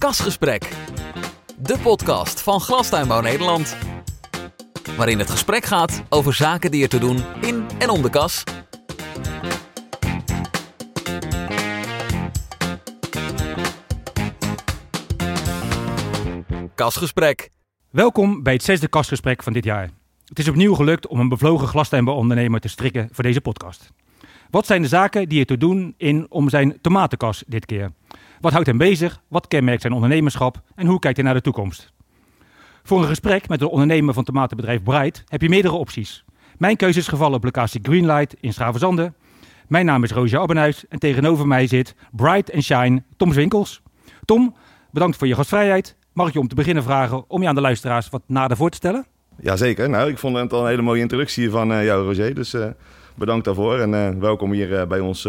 Kasgesprek, de podcast van Glastuinbouw Nederland. Waarin het gesprek gaat over zaken die er te doen in en om de kas. Kasgesprek. Welkom bij het 6e kasgesprek van dit jaar. Het is opnieuw gelukt om een bevlogen glastuinbouwondernemer te strikken voor deze podcast. Wat zijn de zaken die er te doen om zijn tomatenkas dit keer? Wat houdt hem bezig? Wat kenmerkt zijn ondernemerschap? En hoe kijkt hij naar de toekomst? Voor een gesprek met de ondernemer van tomatenbedrijf Bright heb je meerdere opties. Mijn keuze is gevallen op locatie Greenlight in Schravenzande. Mijn naam is Roosje Abbenhuis en tegenover mij zit Bright & Shine Tom Zwinkels. Tom, bedankt voor je gastvrijheid. Mag ik je om te beginnen vragen om je aan de luisteraars wat nader voor te stellen? Jazeker. Nou, ik vond het al een hele mooie introductie van jou, Roger. Dus bedankt daarvoor en welkom hier bij ons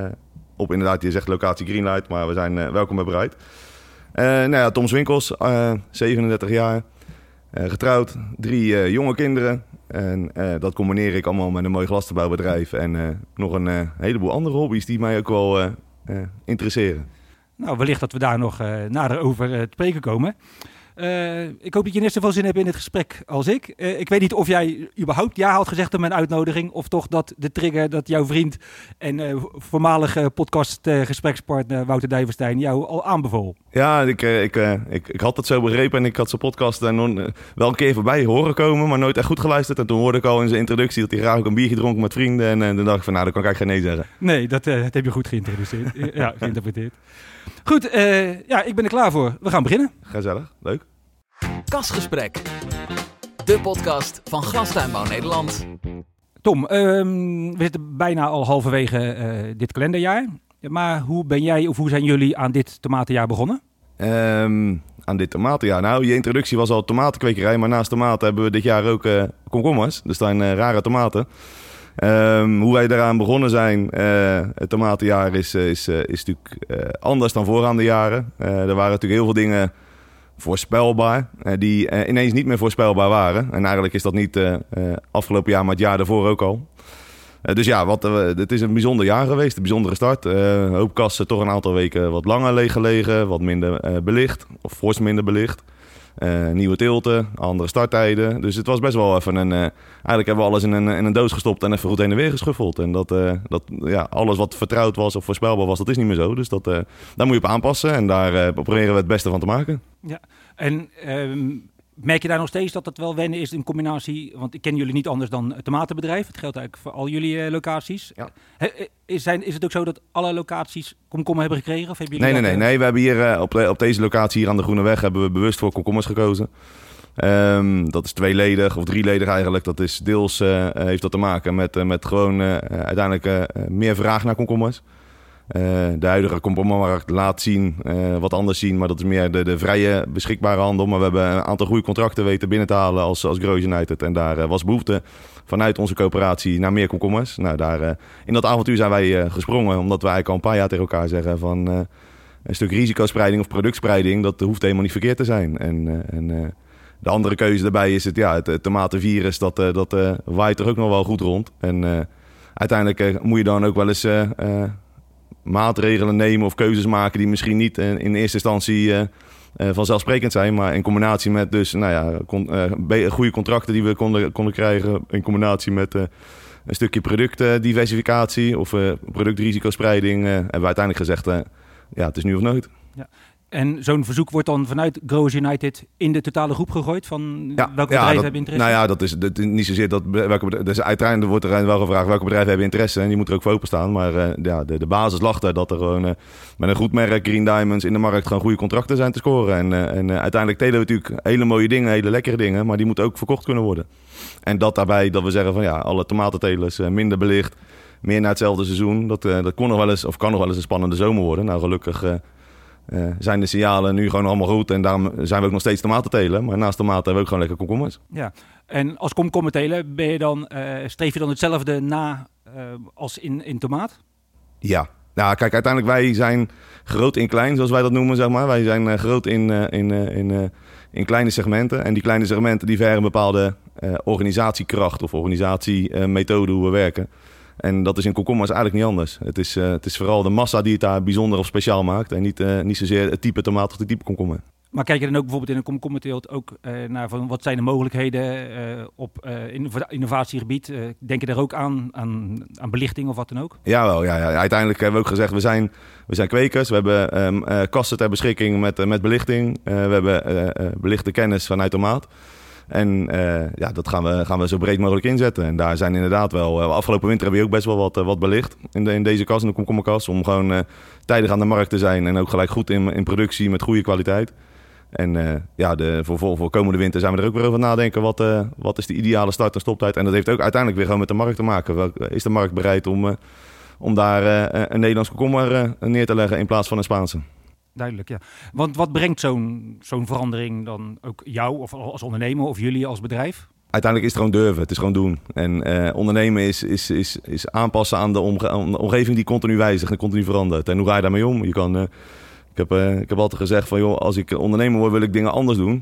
op inderdaad, je zegt locatie Greenlight, maar we zijn welkom bij Bright. Tom Zwinkels, 37 jaar, getrouwd, 3 jonge kinderen. En dat combineer ik allemaal met een mooi glastuinbouwbedrijf en nog een heleboel andere hobby's die mij ook wel interesseren. Nou, wellicht dat we daar nog nader over te spreken komen. Ik hoop dat je net zoveel zin hebt in het gesprek als ik. Ik weet niet of jij überhaupt ja had gezegd op mijn uitnodiging, of toch dat de trigger dat jouw vriend en voormalige podcastgesprekspartner Wouter Dijverstein jou al aanbevoel. Ja, ik had het zo begrepen en ik had zijn podcast wel een keer voorbij horen komen, maar nooit echt goed geluisterd. En toen hoorde ik al in zijn introductie dat hij graag ook een biertje dronk met vrienden. En dan dacht ik van, nou, dan kan ik eigenlijk geen nee zeggen. Nee, dat heb je goed geïntroduceerd. Ja, geïnterpreteerd. Goed, ik ben er klaar voor. We gaan beginnen. Gezellig, leuk. Kasgesprek, de podcast van Glastuinbouw Nederland. Tom, we zitten bijna al halverwege dit kalenderjaar. Maar hoe ben jij of hoe zijn jullie aan dit tomatenjaar begonnen? Aan dit tomatenjaar? Nou, je introductie was al tomatenkwekerij, maar naast tomaten hebben we dit jaar ook komkommers. Dus zijn rare tomaten. Hoe wij daaraan begonnen zijn, het tomatenjaar is natuurlijk anders dan voorgaande jaren. Er waren natuurlijk heel veel dingen voorspelbaar, die ineens niet meer voorspelbaar waren. En eigenlijk is dat niet afgelopen jaar, maar het jaar daarvoor ook al. Dus ja, het is een bijzonder jaar geweest, een bijzondere start. Hoop kassen toch een aantal weken wat langer leeg gelegen, wat minder belicht, of fors minder belicht. Nieuwe tilten, andere starttijden. Dus het was best wel even eigenlijk hebben we alles in een doos gestopt en even goed heen en weer geschuffeld. En alles wat vertrouwd was of voorspelbaar was, dat is niet meer zo. Dus daar moet je op aanpassen en daar proberen we het beste van te maken. Ja, en merk je daar nog steeds dat het wel wennen is in combinatie? Want ik ken jullie niet anders dan het tomatenbedrijf. Het geldt eigenlijk voor al jullie locaties. Ja. Is het ook zo dat alle locaties komkommer hebben gekregen? Of hebben jullie Nee. We hebben hier op deze locatie hier aan de Groene Weg hebben we bewust voor komkommers gekozen. Dat is tweeledig of drieledig eigenlijk. Dat is deels heeft dat te maken met gewoon uiteindelijk meer vraag naar komkommers. De huidige komkommermarkt laat wat anders zien, maar dat is meer de vrije beschikbare handel. Maar we hebben een aantal goede contracten weten binnen te halen als Grows United. En daar was behoefte vanuit onze coöperatie naar meer komkommers. Nou, in dat avontuur zijn wij gesprongen, omdat we eigenlijk al een paar jaar tegen elkaar zeggen van een stuk risicospreiding of productspreiding, dat hoeft helemaal niet verkeerd te zijn. En de andere keuze daarbij is het tomatenvirus, dat waait er ook nog wel goed rond. En uiteindelijk moet je dan ook wel eens maatregelen nemen of keuzes maken die misschien niet in eerste instantie vanzelfsprekend zijn, maar in combinatie met dus goede contracten die we konden krijgen, in combinatie met een stukje productdiversificatie of productrisicospreiding, hebben we uiteindelijk gezegd, het is nu of nooit. Ja. En zo'n verzoek wordt dan vanuit Grows United in de totale groep gegooid van welke bedrijven hebben interesse? Nou ja, dat is niet zozeer dus uiteindelijk wordt er wel gevraagd welke bedrijven hebben interesse en die moeten er ook voor openstaan. Maar de basis lag er dat er gewoon met een goed merk, Green Diamonds, in de markt gewoon goede contracten zijn te scoren. En uiteindelijk telen we natuurlijk hele mooie dingen, hele lekkere dingen, maar die moeten ook verkocht kunnen worden. En dat daarbij dat we zeggen van alle tomatentelers minder belicht, meer naar hetzelfde seizoen. Dat kon nog wel eens of kan nog wel eens een spannende zomer worden. Nou, gelukkig zijn de signalen nu gewoon allemaal goed. En daarom zijn we ook nog steeds tomaten telen. Maar naast tomaten hebben we ook gewoon lekker komkommers. Ja, en als komkommer telen, streef je dan hetzelfde na als in tomaat? Ja. Nou, kijk, uiteindelijk wij zijn groot in klein, zoals wij dat noemen, zeg maar. Wij zijn groot in kleine segmenten. En die kleine segmenten die vergen een bepaalde organisatiekracht of organisatiemethode hoe we werken. En dat is in komkommers eigenlijk niet anders. Het is vooral de massa die het daar bijzonder of speciaal maakt. En niet zozeer het type tomaat of het type komkommer. Maar kijk je dan ook bijvoorbeeld in een komkommerteelt ook naar van wat zijn de mogelijkheden op innovatiegebied? Denk je daar ook aan belichting of wat dan ook? Jawel, ja. Uiteindelijk hebben we ook gezegd, we zijn kwekers. We hebben kasten ter beschikking met belichting. We hebben belichte kennis vanuit de maat. En dat gaan we zo breed mogelijk inzetten. En daar zijn inderdaad wel... afgelopen winter hebben we ook best wel wat belicht in deze kast, in de komkommerkast. Om gewoon tijdig aan de markt te zijn en ook gelijk goed in productie met goede kwaliteit. En voor komende winter zijn we er ook weer over nadenken. Wat is de ideale start- en stoptijd? En dat heeft ook uiteindelijk weer gewoon met de markt te maken. Is de markt bereid om daar een Nederlands komkommer neer te leggen in plaats van een Spaanse? Duidelijk, ja. Want wat brengt zo'n verandering dan ook jou of als ondernemer of jullie als bedrijf? Uiteindelijk is het gewoon durven. Het is gewoon doen. En ondernemen is aanpassen aan de omgeving die continu wijzigt en continu verandert. En hoe ga je daarmee om? Ik heb altijd gezegd van joh, als ik ondernemer word, wil ik dingen anders doen.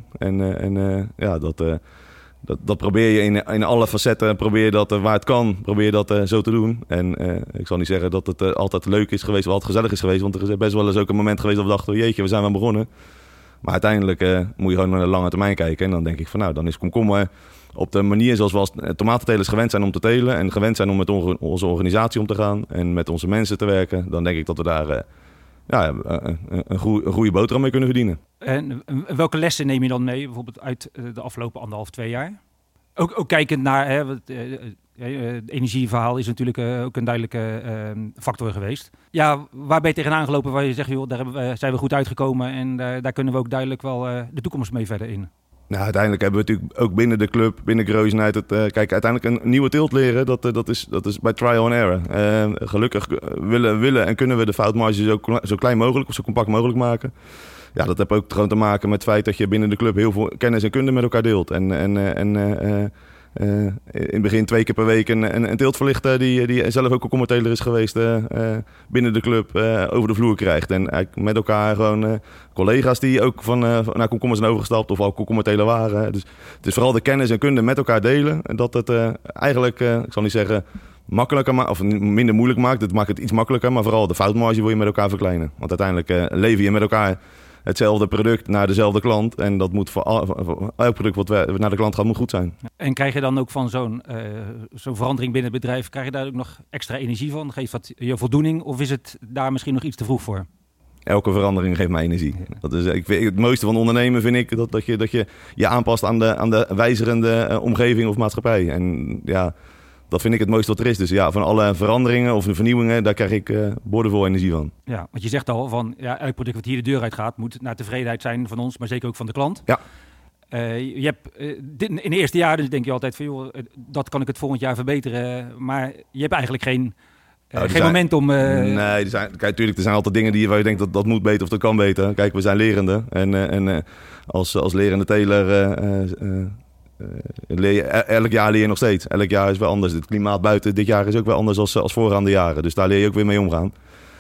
Dat probeer je in alle facetten, waar het kan, probeer je dat zo te doen. En ik zal niet zeggen dat het altijd leuk is geweest of altijd gezellig is geweest. Want er is best wel eens ook een moment geweest dat we dachten, jeetje, we zijn wel begonnen. Maar uiteindelijk moet je gewoon naar de lange termijn kijken. En dan denk ik van nou, dan is komkommer op de manier zoals we als tomatentelers gewend zijn om te telen. En gewend zijn om met onze organisatie om te gaan en met onze mensen te werken. Dan denk ik dat we daar een goede boterham mee kunnen verdienen. En welke lessen neem je dan mee, bijvoorbeeld uit de afgelopen 1,5-2 jaar? Ook kijkend naar, het energieverhaal is natuurlijk ook een duidelijke factor geweest. Ja, waar ben je tegenaan gelopen waar je zegt, joh, daar zijn we goed uitgekomen en daar kunnen we ook duidelijk wel de toekomst mee verder in? Nou, uiteindelijk hebben we natuurlijk ook binnen de club, binnen Greuze United, kijk, uiteindelijk een nieuwe teelt leren, dat is bij trial and error. Gelukkig willen en kunnen we de foutmarge zo klein mogelijk of zo compact mogelijk maken. Ja, dat heeft ook gewoon te maken met het feit dat je binnen de club heel veel kennis en kunde met elkaar deelt. En in het begin 2 keer per week een teeltverlichter die zelf ook een commentator is geweest binnen de club over de vloer krijgt. En eigenlijk met elkaar gewoon collega's die ook naar komkommers zijn overgestapt of al komkommerteler waren. Dus het is vooral de kennis en kunde met elkaar delen. En dat het eigenlijk, ik zal niet zeggen makkelijker maakt of minder moeilijk maakt. Het maakt het iets makkelijker, maar vooral de foutmarge wil je met elkaar verkleinen. Want uiteindelijk lever je met elkaar hetzelfde product naar dezelfde klant. En dat moet voor elk product wat naar de klant gaat, moet goed zijn. En krijg je dan ook van zo'n verandering binnen het bedrijf, krijg je daar ook nog extra energie van? Geeft dat je voldoening of is het daar misschien nog iets te vroeg voor? Elke verandering geeft mij energie. Dat is, het mooiste van ondernemen vind ik dat je je aanpast aan de wijzigende omgeving of maatschappij. En ja, dat vind ik het mooiste wat er is. Dus ja, van alle veranderingen of vernieuwingen, daar krijg ik boordevol energie van. Ja, want je zegt al van elk product wat hier de deur uit gaat, moet naar tevredenheid zijn van ons, maar zeker ook van de klant. Ja. Je hebt in de eerste jaren dus denk je altijd van joh, dat kan ik het volgend jaar verbeteren. Maar je hebt eigenlijk geen moment om... Nee, natuurlijk, er zijn altijd dingen waar je denkt dat moet beter of dat kan beter. Kijk, we zijn lerende. En als lerende teler... elk jaar leer je nog steeds. Elk jaar is wel anders. Het klimaat buiten dit jaar is ook wel anders als voorgaande jaren. Dus daar leer je ook weer mee omgaan.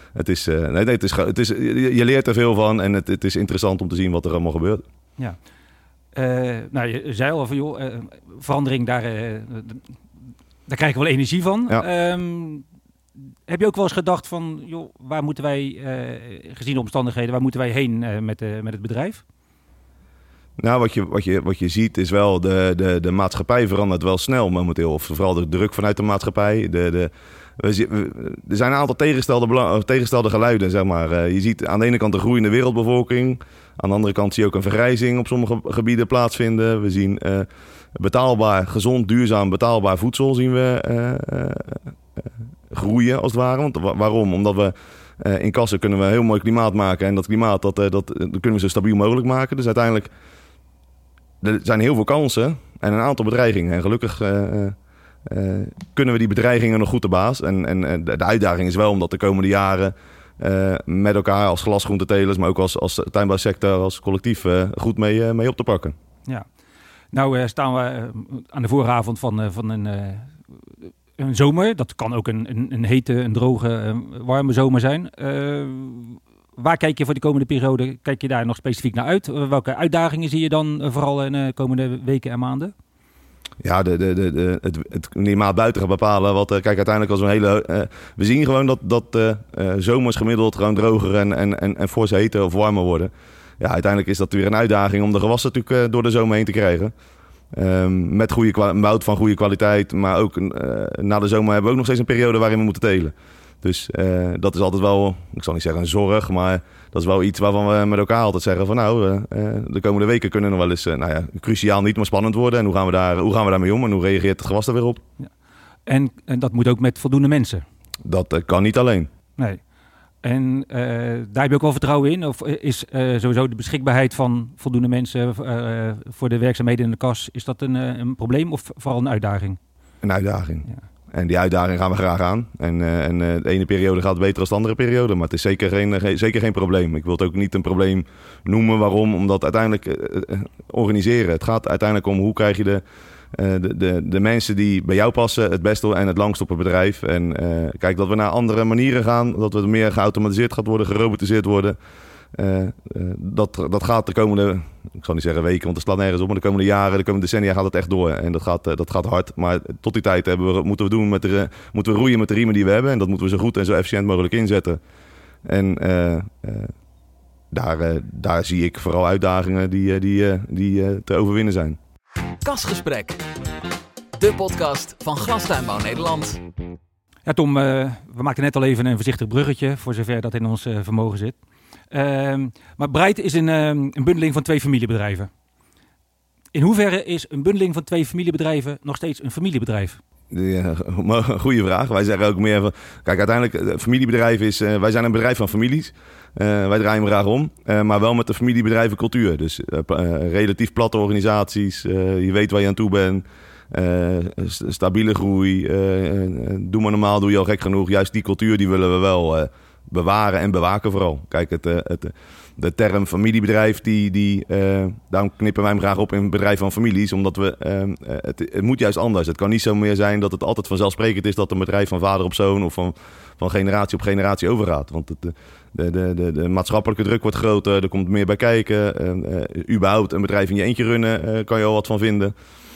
Je leert er veel van en het is interessant om te zien wat er allemaal gebeurt. Ja. Je zei al van joh, verandering, daar krijg ik wel energie van. Ja. Heb je ook wel eens gedacht van joh, waar moeten wij, gezien de omstandigheden, waar moeten wij heen met het bedrijf? Nou, wat je ziet is wel, de maatschappij verandert wel snel momenteel. Of vooral de druk vanuit de maatschappij. Er zijn een aantal tegenstelde geluiden, zeg maar. Je ziet aan de ene kant een groeiende wereldbevolking. Aan de andere kant zie je ook een vergrijzing op sommige gebieden plaatsvinden. We zien betaalbaar, gezond, duurzaam, betaalbaar voedsel zien we groeien, als het ware. Want, waarom? Omdat we... in Kassen kunnen we een heel mooi klimaat maken. En dat klimaat dat kunnen we zo stabiel mogelijk maken. Dus uiteindelijk er zijn heel veel kansen en een aantal bedreigingen. En gelukkig kunnen we die bedreigingen nog goed te baas. En de uitdaging is wel om dat de komende jaren met elkaar als glasgroentetelers, maar ook als tuinbouwsector, als collectief goed mee op te pakken. Ja, nou staan we aan de vooravond van een zomer. Dat kan ook een hete, een droge, warme zomer zijn. Waar kijk je voor de komende periode? Kijk je daar nog specifiek naar uit? Welke uitdagingen zie je dan vooral in de komende weken en maanden? Ja, het klimaat buiten gaat bepalen. Kijk, uiteindelijk als we we zien gewoon dat zomers gemiddeld gewoon droger en fors heter of warmer worden. Ja, uiteindelijk is dat weer een uitdaging om de gewassen natuurlijk door de zomer heen te krijgen. Met mout van goede kwaliteit. Maar ook na de zomer hebben we ook nog steeds een periode waarin we moeten telen. Dus dat is altijd wel, ik zal niet zeggen een zorg, maar dat is wel iets waarvan we met elkaar altijd zeggen van de komende weken kunnen nog wel eens, cruciaal niet, maar spannend worden. En hoe gaan we daarmee om en hoe reageert het gewas er weer op? Ja. En dat moet ook met voldoende mensen? Dat kan niet alleen. Nee. En daar heb je ook wel vertrouwen in? Of is sowieso de beschikbaarheid van voldoende mensen voor de werkzaamheden in de kas, is dat een probleem of vooral een uitdaging? Een uitdaging. Ja. En die uitdaging gaan we graag aan. En de ene periode gaat beter dan de andere periode. Maar het is zeker geen probleem. Ik wil het ook niet een probleem noemen. Waarom? Omdat uiteindelijk organiseren. Het gaat uiteindelijk om hoe krijg je de mensen die bij jou passen het beste en het langst op het bedrijf. En kijk, dat we naar andere manieren gaan. Dat we meer geautomatiseerd gaat worden, gerobotiseerd worden. Dat gaat de komende, ik zal niet zeggen weken, want het slaat nergens op, maar de komende jaren, de komende decennia gaat het echt door. En dat gaat hard. Maar tot die tijd moeten we roeien met de riemen die we hebben. En dat moeten we zo goed en zo efficiënt mogelijk inzetten. En daar zie ik vooral uitdagingen die te overwinnen zijn. Kasgesprek. De podcast van Glastuinbouw Nederland. Ja, Tom, we maakten net al even een voorzichtig bruggetje, voor zover dat in ons vermogen zit. Maar Breit is een bundeling van 2 familiebedrijven. In hoeverre is een bundeling van 2 familiebedrijven nog steeds een familiebedrijf? Ja, goeie vraag. Wij zeggen ook meer van, kijk, uiteindelijk familiebedrijf is, wij zijn een bedrijf van families. Wij draaien hem graag om, maar wel met de familiebedrijvencultuur. Dus relatief platte organisaties, je weet waar je aan toe bent. Stabiele groei, doe maar normaal, doe je al gek genoeg. Juist die cultuur die willen we wel bewaren en bewaken vooral. Kijk, de term familiebedrijf, daarom knippen wij hem graag op in een bedrijf van families. Omdat het moet juist anders. Het kan niet zo meer zijn dat het altijd vanzelfsprekend is dat een bedrijf van vader op zoon of van generatie op generatie overgaat. Want de maatschappelijke druk wordt groter, er komt meer bij kijken. Überhaupt een bedrijf in je eentje runnen, kan je al wat van vinden.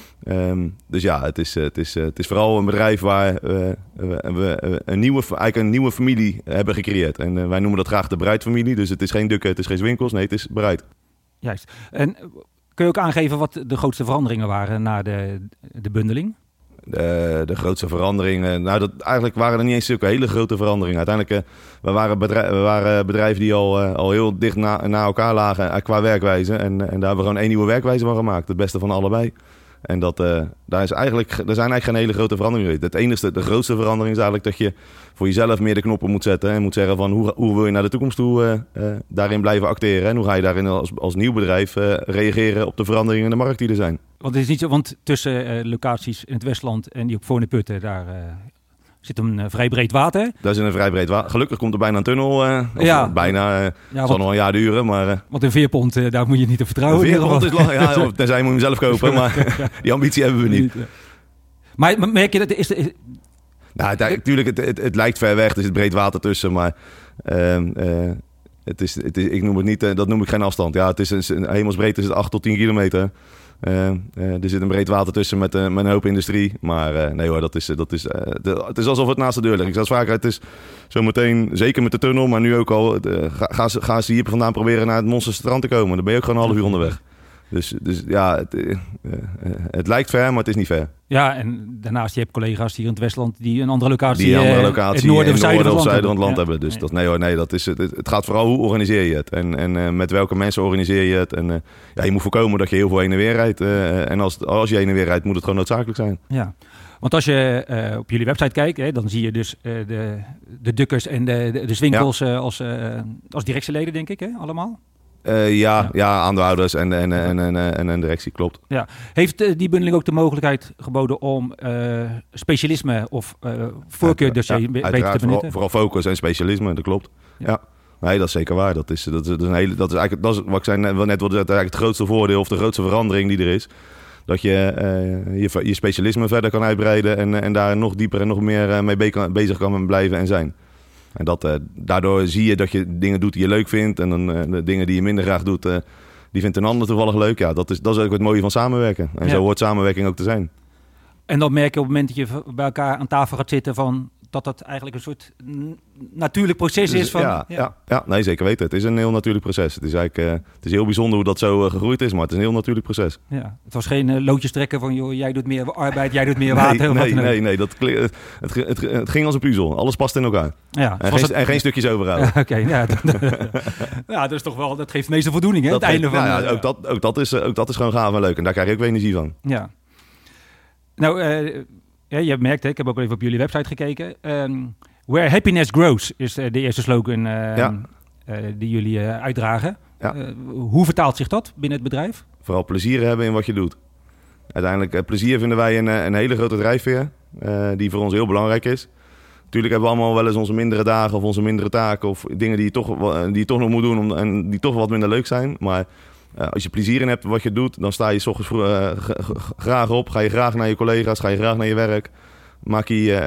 Dus ja, het is vooral een bedrijf waar we een nieuwe familie hebben gecreëerd. En wij noemen dat graag de Breit-familie. Dus het is geen Dukken, het is geen Zwinkels. Nee, het is Breit. Juist. En kun je ook aangeven wat de grootste veranderingen waren na de bundeling? De grootste veranderingen... eigenlijk waren er niet eens zulke hele grote veranderingen. Uiteindelijk, we waren bedrijven die al heel dicht na elkaar lagen qua werkwijze. En daar hebben we gewoon 1 nieuwe werkwijze van gemaakt. Het beste van allebei. En daar zijn eigenlijk geen hele grote veranderingen. De grootste verandering is eigenlijk dat je voor jezelf meer de knoppen moet zetten. En moet zeggen van hoe wil je naar de toekomst toe daarin blijven acteren. En hoe ga je daarin als nieuw bedrijf reageren op de veranderingen in de markt die er zijn. Want het is niet zo, want tussen locaties in het Westland en die op Voorne-Putten, daar zit een vrij breed water. Daar zit een vrij breed water. Gelukkig komt er bijna een tunnel. Het zal nog een jaar duren. Maar, want een veerpont, daar moet je niet op vertrouwen. Een veerpont is lang. Ja, tenzij moet je hem zelf kopen. Maar die ambitie hebben we niet. Maar merk je dat... Natuurlijk, het lijkt ver weg. Er zit breed water tussen. Maar ik noem het niet, dat noem ik geen afstand. Ja, het is een hemelsbreedte is het 8 tot 10 kilometer. Er zit een breed water tussen met een hoop industrie. Maar nee hoor, het is alsof het naast de deur ligt. Ik zeg vaker, het is zometeen, zeker met de tunnel, maar nu ook al, ga ze hier vandaan proberen naar het Monsterstrand te komen. Dan ben je ook gewoon een half uur onderweg. Dus ja, het lijkt ver, maar het is niet ver. Ja, en daarnaast, je hebt collega's hier in het Westland die een andere locatie, het noorden of zuiden van het land ja. hebben. Dus het gaat vooral hoe organiseer je het en met welke mensen organiseer je het. En je moet voorkomen dat je heel veel heen en weer rijdt. En als je heen en weer rijdt, moet het gewoon noodzakelijk zijn. Ja. Want als je op jullie website kijkt, dan zie je dus de Dukkers en de Zwinkels als directieleden, denk ik, hè, allemaal? Aandeelhouders en een directie, klopt. Ja. Heeft die bundeling ook de mogelijkheid geboden om specialisme of voorkeurdossier beter te benutten? Vooral focus en specialisme, dat klopt. Ja. Nee, dat is zeker waar. Dat is eigenlijk wat ik zei net wilde zeggen, eigenlijk het grootste voordeel of de grootste verandering die er is. Dat je specialisme verder kan uitbreiden en daar nog dieper en nog meer mee bezig kan blijven en zijn. En daardoor zie je dat je dingen doet die je leuk vindt. En dan de dingen die je minder graag doet, die vindt een ander toevallig leuk. Ja, dat is ook het mooie van samenwerken. En zo hoort samenwerking ook te zijn. En dan merk je op het moment dat je bij elkaar aan tafel gaat zitten van dat eigenlijk een soort natuurlijk proces is. Van, ja, nee, zeker weten. Het is een heel natuurlijk proces. Het is eigenlijk het is heel bijzonder hoe dat zo gegroeid is, maar het is een heel natuurlijk proces. Ja, het was geen loodjes trekken van, joh, jij doet meer arbeid, jij doet meer water. Nee, het ging als een puzzel. Alles past in elkaar. Ja, en geen stukjes overhouden. Oké, ja, dat is toch wel, dat geeft de meeste voldoening, hè? Het einde van. Ook dat is gewoon gaaf en leuk. En daar krijg je ook weer energie van. Ja. Nou, je merkt, ik heb ook even op jullie website gekeken. Where happiness grows is de eerste slogan die jullie uitdragen. Ja. Hoe vertaalt zich dat binnen het bedrijf? Vooral plezier hebben in wat je doet. Uiteindelijk, plezier vinden wij een hele grote drijfveer die voor ons heel belangrijk is. Natuurlijk hebben we allemaal wel eens onze mindere dagen of onze mindere taken of dingen die je toch nog moet doen en die toch wat minder leuk zijn. Maar als je plezier in hebt wat je doet, dan sta je 's ochtends graag op. Ga je graag naar je collega's, ga je graag naar je werk. Maak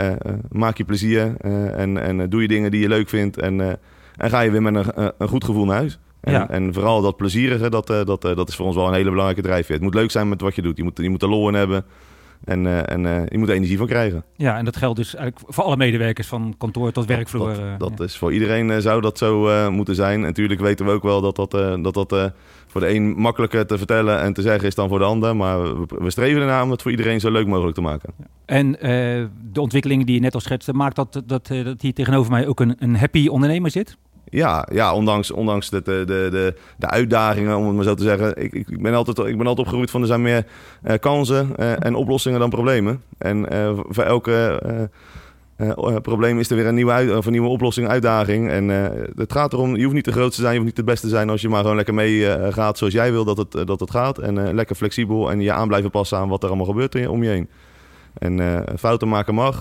je plezier en doe je dingen die je leuk vindt. En ga je weer met een goed gevoel naar huis. En vooral dat plezierige, dat is voor ons wel een hele belangrijke drijfveer. Het moet leuk zijn met wat je doet. Je moet er lol in hebben. En je moet er energie van krijgen. Ja, en dat geldt dus eigenlijk voor alle medewerkers van kantoor tot werkvloer. Dat is voor iedereen zou dat zo moeten zijn. En natuurlijk weten we ook wel dat voor de een makkelijker te vertellen en te zeggen is dan voor de ander. Maar we streven ernaar om het voor iedereen zo leuk mogelijk te maken. En de ontwikkelingen die je net al schetste, maakt dat hier tegenover mij ook een happy ondernemer zit? Ja, ondanks de uitdagingen, om het maar zo te zeggen. Ik ben altijd opgegroeid van er zijn meer kansen en oplossingen dan problemen. En voor elke probleem is er weer een nieuwe oplossing, uitdaging. En het gaat erom, je hoeft niet de grootste te zijn, je hoeft niet de beste te zijn als je maar gewoon lekker mee gaat zoals jij wil dat het gaat. En lekker flexibel en je aan blijven passen aan wat er allemaal gebeurt om je heen. En fouten maken mag.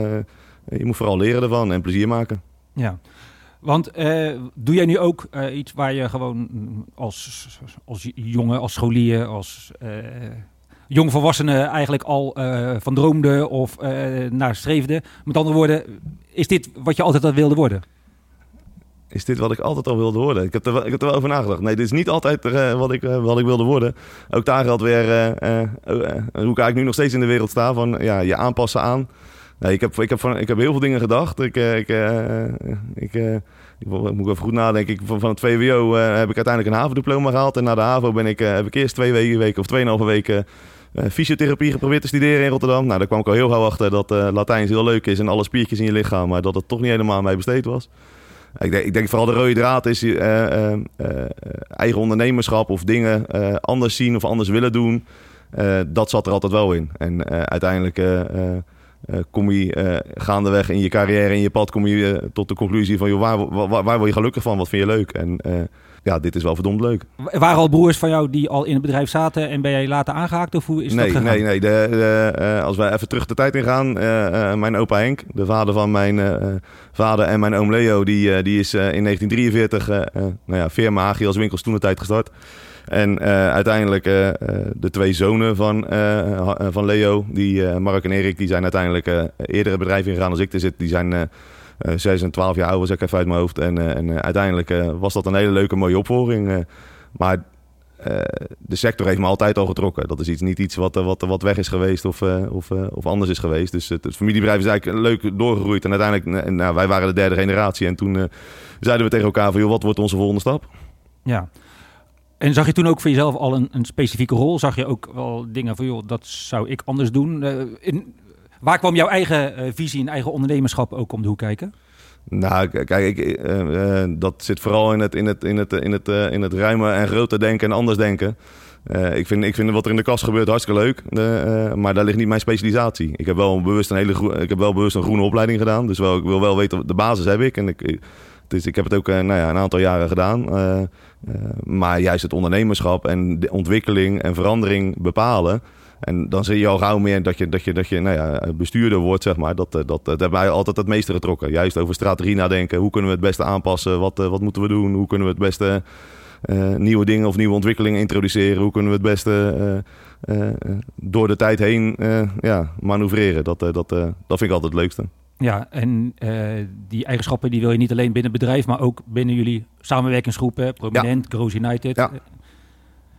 Je moet vooral leren ervan en plezier maken. Ja. Want doe jij nu ook iets waar je gewoon als jongen, als scholier, als jongvolwassene eigenlijk al van droomde of naar streefde? Met andere woorden, is dit wat je altijd al wilde worden? Is dit wat ik altijd al wilde worden? Ik heb er wel over nagedacht. Nee, dit is niet altijd wat ik wilde worden. Ook daar geldt weer hoe ik eigenlijk nu nog steeds in de wereld sta. Van je aanpassen aan. Nee, ik heb heel veel dingen gedacht. Ik moet even goed nadenken. Van het VWO heb ik uiteindelijk een HAVO-diploma gehaald. En na de HAVO heb ik eerst 2 weken of 2,5 weken fysiotherapie geprobeerd te studeren in Rotterdam. Nou, daar kwam ik al heel gauw achter dat Latijns heel leuk is en alle spiertjes in je lichaam. Maar dat het toch niet helemaal aan mij besteed was. Ik denk vooral de rode draad is eigen ondernemerschap of dingen anders zien of anders willen doen. Dat zat er altijd wel in. En uiteindelijk kom je gaandeweg in je carrière, in je pad, kom je tot de conclusie van waar word je gelukkig van? Wat vind je leuk? En dit is wel verdomd leuk. Waren al broers van jou die al in het bedrijf zaten en ben jij later aangehaakt? Of hoe is dat gegaan? Nee. Als wij even terug de tijd ingaan, mijn opa Henk, de vader van mijn vader en mijn oom Leo, die is in 1943 firma Agi als winkels toentertijd gestart. En uiteindelijk de 2 zonen van Leo, Mark en Erik, die zijn uiteindelijk eerder het bedrijf ingegaan als ik er zit. Die zijn 6 en 12 jaar ouder, zeg ik even uit mijn hoofd. En uiteindelijk was dat een hele leuke, mooie opvolging. Maar de sector heeft me altijd al getrokken. Dat is niet iets wat weg is geweest of anders is geweest. Dus het familiebedrijf is eigenlijk leuk doorgegroeid. En uiteindelijk, wij waren de 3e generatie. En toen zeiden we tegen elkaar van, wat wordt onze volgende stap? Ja. En zag je toen ook voor jezelf al een specifieke rol? Zag je ook wel dingen van, dat zou ik anders doen? Waar kwam jouw eigen visie en eigen ondernemerschap ook om de hoek kijken? Nou, kijk, dat zit vooral in het ruime en groter denken en anders denken. Ik vind wat er in de kast gebeurt hartstikke leuk, maar daar ligt niet mijn specialisatie. Ik heb wel bewust een groene opleiding gedaan, dus ik wil wel weten, de basis heb ik. En ik heb het ook een aantal jaren gedaan. Maar juist het ondernemerschap en de ontwikkeling en verandering bepalen. En dan zie je al gauw meer dat je bestuurder wordt, zeg maar. Dat heeft mij altijd het meeste getrokken. Juist over strategie nadenken. Hoe kunnen we het beste aanpassen? Wat moeten we doen? Hoe kunnen we het beste nieuwe dingen of nieuwe ontwikkelingen introduceren? Hoe kunnen we het beste door de tijd heen manoeuvreren? Dat vind ik altijd het leukste. Ja, en die eigenschappen die wil je niet alleen binnen het bedrijf, maar ook binnen jullie samenwerkingsgroepen, Prominent, Grows United.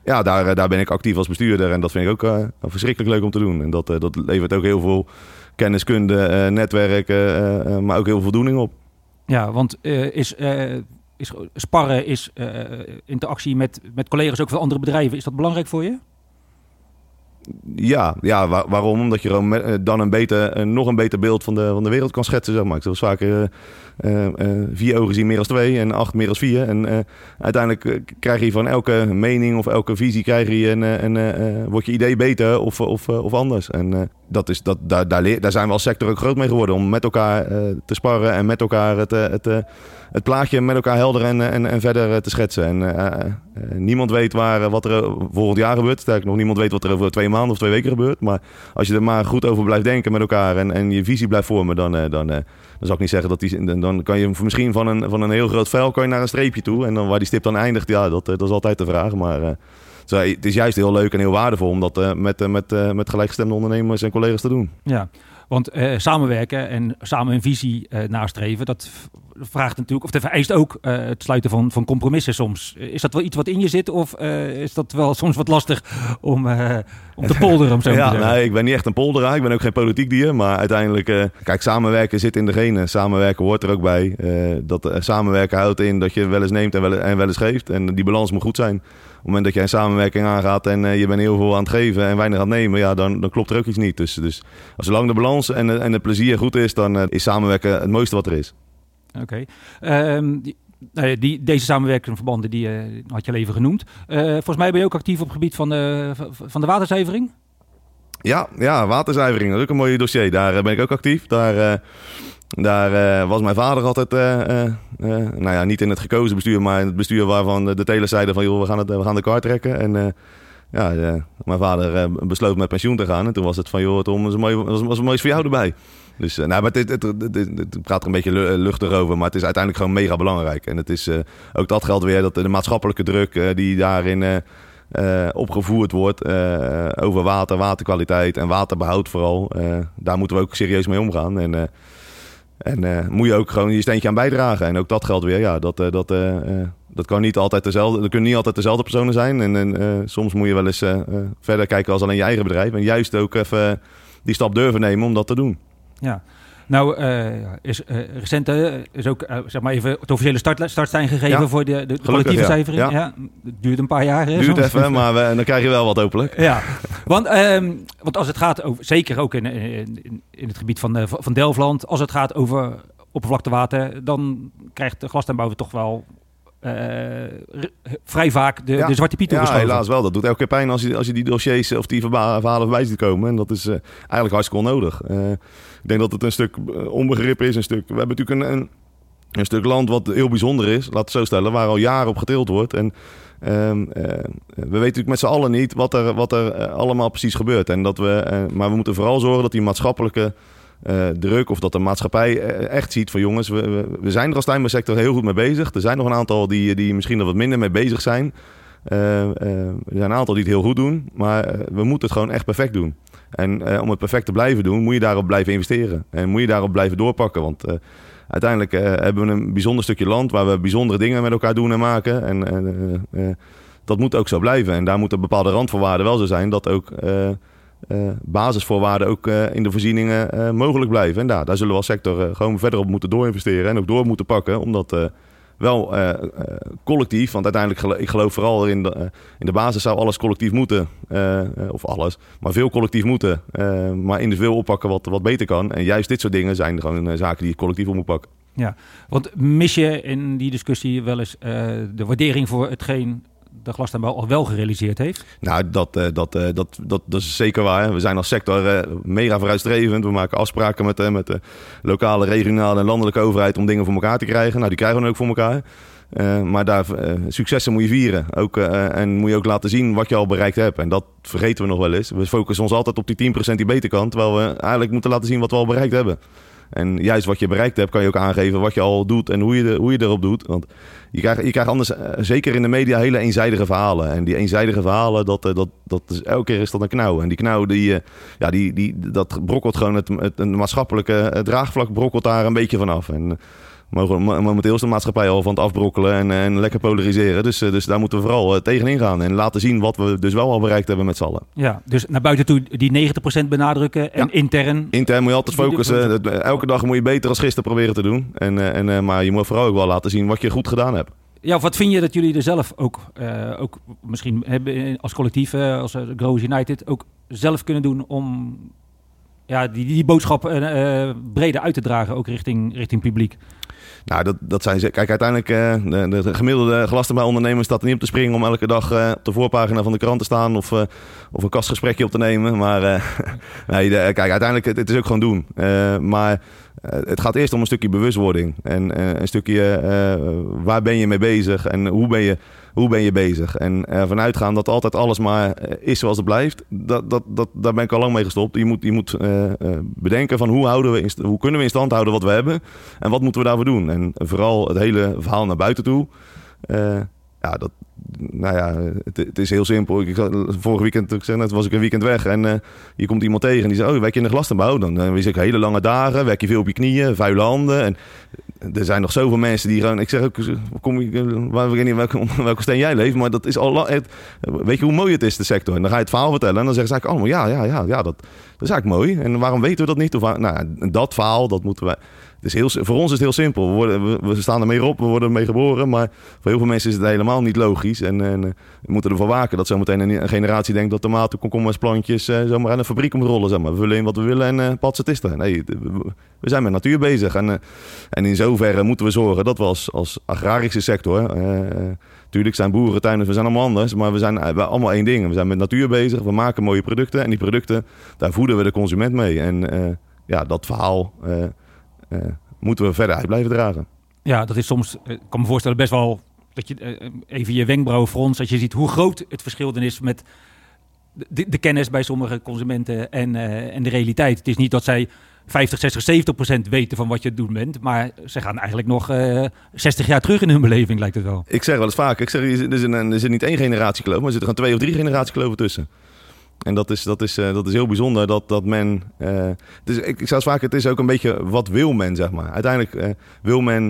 ja, daar ben ik actief als bestuurder. En dat vind ik ook verschrikkelijk leuk om te doen. En dat levert ook heel veel kenniskunde, netwerk, maar ook heel veel voldoening op. Ja, want sparren, interactie met collega's ook van andere bedrijven, is dat belangrijk voor je? Ja, waarom? Omdat je gewoon dan nog een beter beeld van de wereld kan schetsen, zeg maar. Ik zeg wel vaker 4 ogen zien meer als 2 en 8 meer als 4. En uiteindelijk krijg je van elke mening of elke visie krijg je wordt je idee beter of anders. En daar zijn we als sector ook groot mee geworden om met elkaar te sparren en met elkaar het plaatje met elkaar helder en verder te schetsen. En niemand weet wat er volgend jaar gebeurt. Sterker nog, niemand weet wat er over 2 maanden of 2 weken gebeurt. Maar als je er maar goed over blijft denken met elkaar en je visie blijft vormen, dan zou ik niet zeggen dan kan je misschien van een heel groot vijl kan je naar een streepje toe. En dan waar die stip dan eindigt, ja, dat is altijd de vraag. Maar het is juist heel leuk en heel waardevol om dat met gelijkgestemde ondernemers en collega's te doen. Ja, want samenwerken en samen een visie nastreven, dat vraagt natuurlijk, of dat vereist ook het sluiten van compromissen soms. Is dat wel iets wat in je zit of is dat wel soms wat lastig om te polderen? Om zo te zeggen? Nee, ik ben niet echt een polderaar. Ik ben ook geen politiek dier. Maar uiteindelijk, kijk, samenwerken zit in de genen. Samenwerken hoort er ook bij. Samenwerken houdt in dat je wel eens neemt en wel eens geeft. En die balans moet goed zijn. Op het moment dat jij een samenwerking aangaat en je bent heel veel aan het geven en weinig aan het nemen, ja, dan klopt er ook iets niet. Dus zolang de balans en het plezier goed is, dan is samenwerken het mooiste wat er is. Oké. Deze samenwerkingsverbanden die had je al even genoemd. Volgens mij ben je ook actief op het gebied van de waterzuivering? Ja, waterzuivering, dat is ook een mooi dossier. Daar ben ik ook actief. Daar was mijn vader altijd, niet in het gekozen bestuur, maar in het bestuur waarvan de telers zeiden van, joh, we gaan de kar trekken. En mijn vader besloot met pensioen te gaan. En toen was het van, joh, Tom, was moois voor jou erbij. Dus maar het praat er een beetje luchtig over, maar het is uiteindelijk gewoon mega belangrijk. En het is ook dat geldt weer, dat de maatschappelijke druk die daarin opgevoerd wordt over waterkwaliteit en waterbehoud vooral. Daar moeten we ook serieus mee omgaan. En moet je ook gewoon je steentje aan bijdragen. En ook dat geldt weer, ja, dat kan niet altijd dezelfde. Er kunnen niet altijd dezelfde personen zijn. En soms moet je wel eens verder kijken als alleen je eigen bedrijf. En juist ook even die stap durven nemen om dat te doen. Ja. Nou, recent is ook zeg maar even het officiële startsein gegeven voor de collectieve zuivering. Ja. Het duurt een paar jaar. Duurt even, maar dan krijg je wel wat hopelijk. Ja, want als het gaat over, zeker ook in het gebied van Delfland, als het gaat over oppervlaktewater, dan krijgt de Glastuinbouw toch wel vrij vaak de Zwarte Piet toegeschoven. Ja, helaas wel. Dat doet elke keer pijn als je die dossiers of die verhalen voorbij ziet komen. En dat is eigenlijk hartstikke onnodig. Ik denk dat het een stuk onbegrip is. We hebben natuurlijk een stuk land wat heel bijzonder is, laat het zo stellen, waar al jaren op geteeld wordt. En we weten natuurlijk met z'n allen niet wat er allemaal precies gebeurt. En maar we moeten vooral zorgen dat die maatschappelijke druk of dat de maatschappij echt ziet van jongens, we zijn er als tuinbouwsector heel goed mee bezig. Er zijn nog een aantal die misschien er wat minder mee bezig zijn. Er zijn een aantal die het heel goed doen, maar we moeten het gewoon echt perfect doen. En om het perfect te blijven doen, moet je daarop blijven investeren. En moet je daarop blijven doorpakken. Want uiteindelijk hebben we een bijzonder stukje land waar we bijzondere dingen met elkaar doen en maken. En dat moet ook zo blijven. En daar moeten bepaalde randvoorwaarden wel zo zijn dat ook basisvoorwaarden ook in de voorzieningen mogelijk blijven. En daar zullen we als sector gewoon verder op moeten doorinvesteren en ook door moeten pakken. Omdat wel collectief, want uiteindelijk ik geloof vooral in de basis zou alles collectief moeten. Of alles, maar veel collectief moeten. Maar individueel oppakken wat beter kan. En juist dit soort dingen zijn gewoon zaken die je collectief op moet pakken. Ja, want mis je in die discussie wel eens de waardering voor hetgeen de Glastuinbouw al wel gerealiseerd heeft? Nou, dat is zeker waar. We zijn als sector mega vooruitstrevend. We maken afspraken met de lokale, regionale en landelijke overheid om dingen voor elkaar te krijgen. Nou, die krijgen we dan ook voor elkaar. Maar successen moet je vieren. En moet je ook laten zien wat je al bereikt hebt. En dat vergeten we nog wel eens. We focussen ons altijd op die 10% die beter kan. Terwijl we eigenlijk moeten laten zien wat we al bereikt hebben. En juist wat je bereikt hebt, kan je ook aangeven wat je al doet en hoe je erop dout. Want je krijgt anders, zeker in de media, hele eenzijdige verhalen. En die eenzijdige verhalen, dat is, elke keer is dat een knauw. En die knauw, dat brokkelt gewoon het maatschappelijke draagvlak brokkelt daar een beetje vanaf. En momenteel is de maatschappij al van het afbrokkelen en lekker polariseren. Dus daar moeten we vooral tegenin gaan. En laten zien wat we dus wel al bereikt hebben met z'n allen. Ja, dus naar buiten toe die 90% benadrukken en intern... Intern moet je altijd focussen. Elke dag moet je beter als gisteren proberen te doen. Maar je moet vooral ook wel laten zien wat je goed gedaan hebt. Ja, wat vind je dat jullie er zelf ook misschien hebben als collectief, als Growers United, ook zelf kunnen doen om die boodschap breder uit te dragen, ook richting publiek? Nou, dat zijn ze. Kijk, uiteindelijk de gemiddelde glastuinbouwondernemer staat er niet op te springen om elke dag op de voorpagina van de krant te staan of een kastgesprekje op te nemen. Maar kijk, uiteindelijk het is ook gewoon doen. Maar het gaat eerst om een stukje bewustwording en een stukje waar ben je mee bezig en hoe ben je bezig. En ervan uitgaan dat altijd alles maar is zoals het blijft, daar ben ik al lang mee gestopt. Je moet bedenken van hoe kunnen we in stand houden wat we hebben en wat moeten we daarvoor doen. En vooral het hele verhaal naar buiten toe. Het is heel simpel. Vorig weekend was ik een weekend weg en hier komt iemand tegen en die zei, werk je in de glastuinbouw? Dan wist ik hele lange dagen, werk je veel op je knieën, vuile handen. En er zijn nog zoveel mensen die gewoon... Ik zeg ook, ik weet niet welke steen jij leeft, maar dat is al... Weet je hoe mooi het is, de sector? En dan ga je het verhaal vertellen en dan zeggen ze eigenlijk allemaal, dat is eigenlijk mooi. En waarom weten we dat niet? Dat verhaal, dat moeten wij... voor ons is het heel simpel. We staan ermee op, we worden ermee geboren. Maar voor heel veel mensen is het helemaal niet logisch. En we moeten ervoor waken dat zometeen een generatie denkt dat tomaten, komkommers, plantjes zomaar aan een fabriek moet rollen. Zeg maar. We vullen in wat we willen en pats, het is er. Nee, we zijn met natuur bezig. En in zoverre moeten we zorgen dat we als agrarische sector... Tuurlijk zijn boeren, tuinders, we zijn allemaal anders. Maar we zijn allemaal één ding. We zijn met natuur bezig, we maken mooie producten. En die producten, daar voeden we de consument mee. En dat verhaal... moeten we verder uit blijven dragen. Ja, dat is soms, ik kan me voorstellen, best wel dat je even je wenkbrauwen fronst, dat je ziet hoe groot het verschil dan is met de kennis bij sommige consumenten en de realiteit. Het is niet dat zij 50, 60, 70% weten van wat je het doen bent, maar ze gaan eigenlijk nog 60 jaar terug in hun beleving, lijkt het wel. Ik zeg wel eens vaak, er zit niet één generatiekloof, maar er zitten gewoon 2 of 3 generatiekloven tussen. En dat is heel bijzonder dat men... ik zeg vaak, het is ook een beetje wat wil men, zeg maar. Uiteindelijk wil men...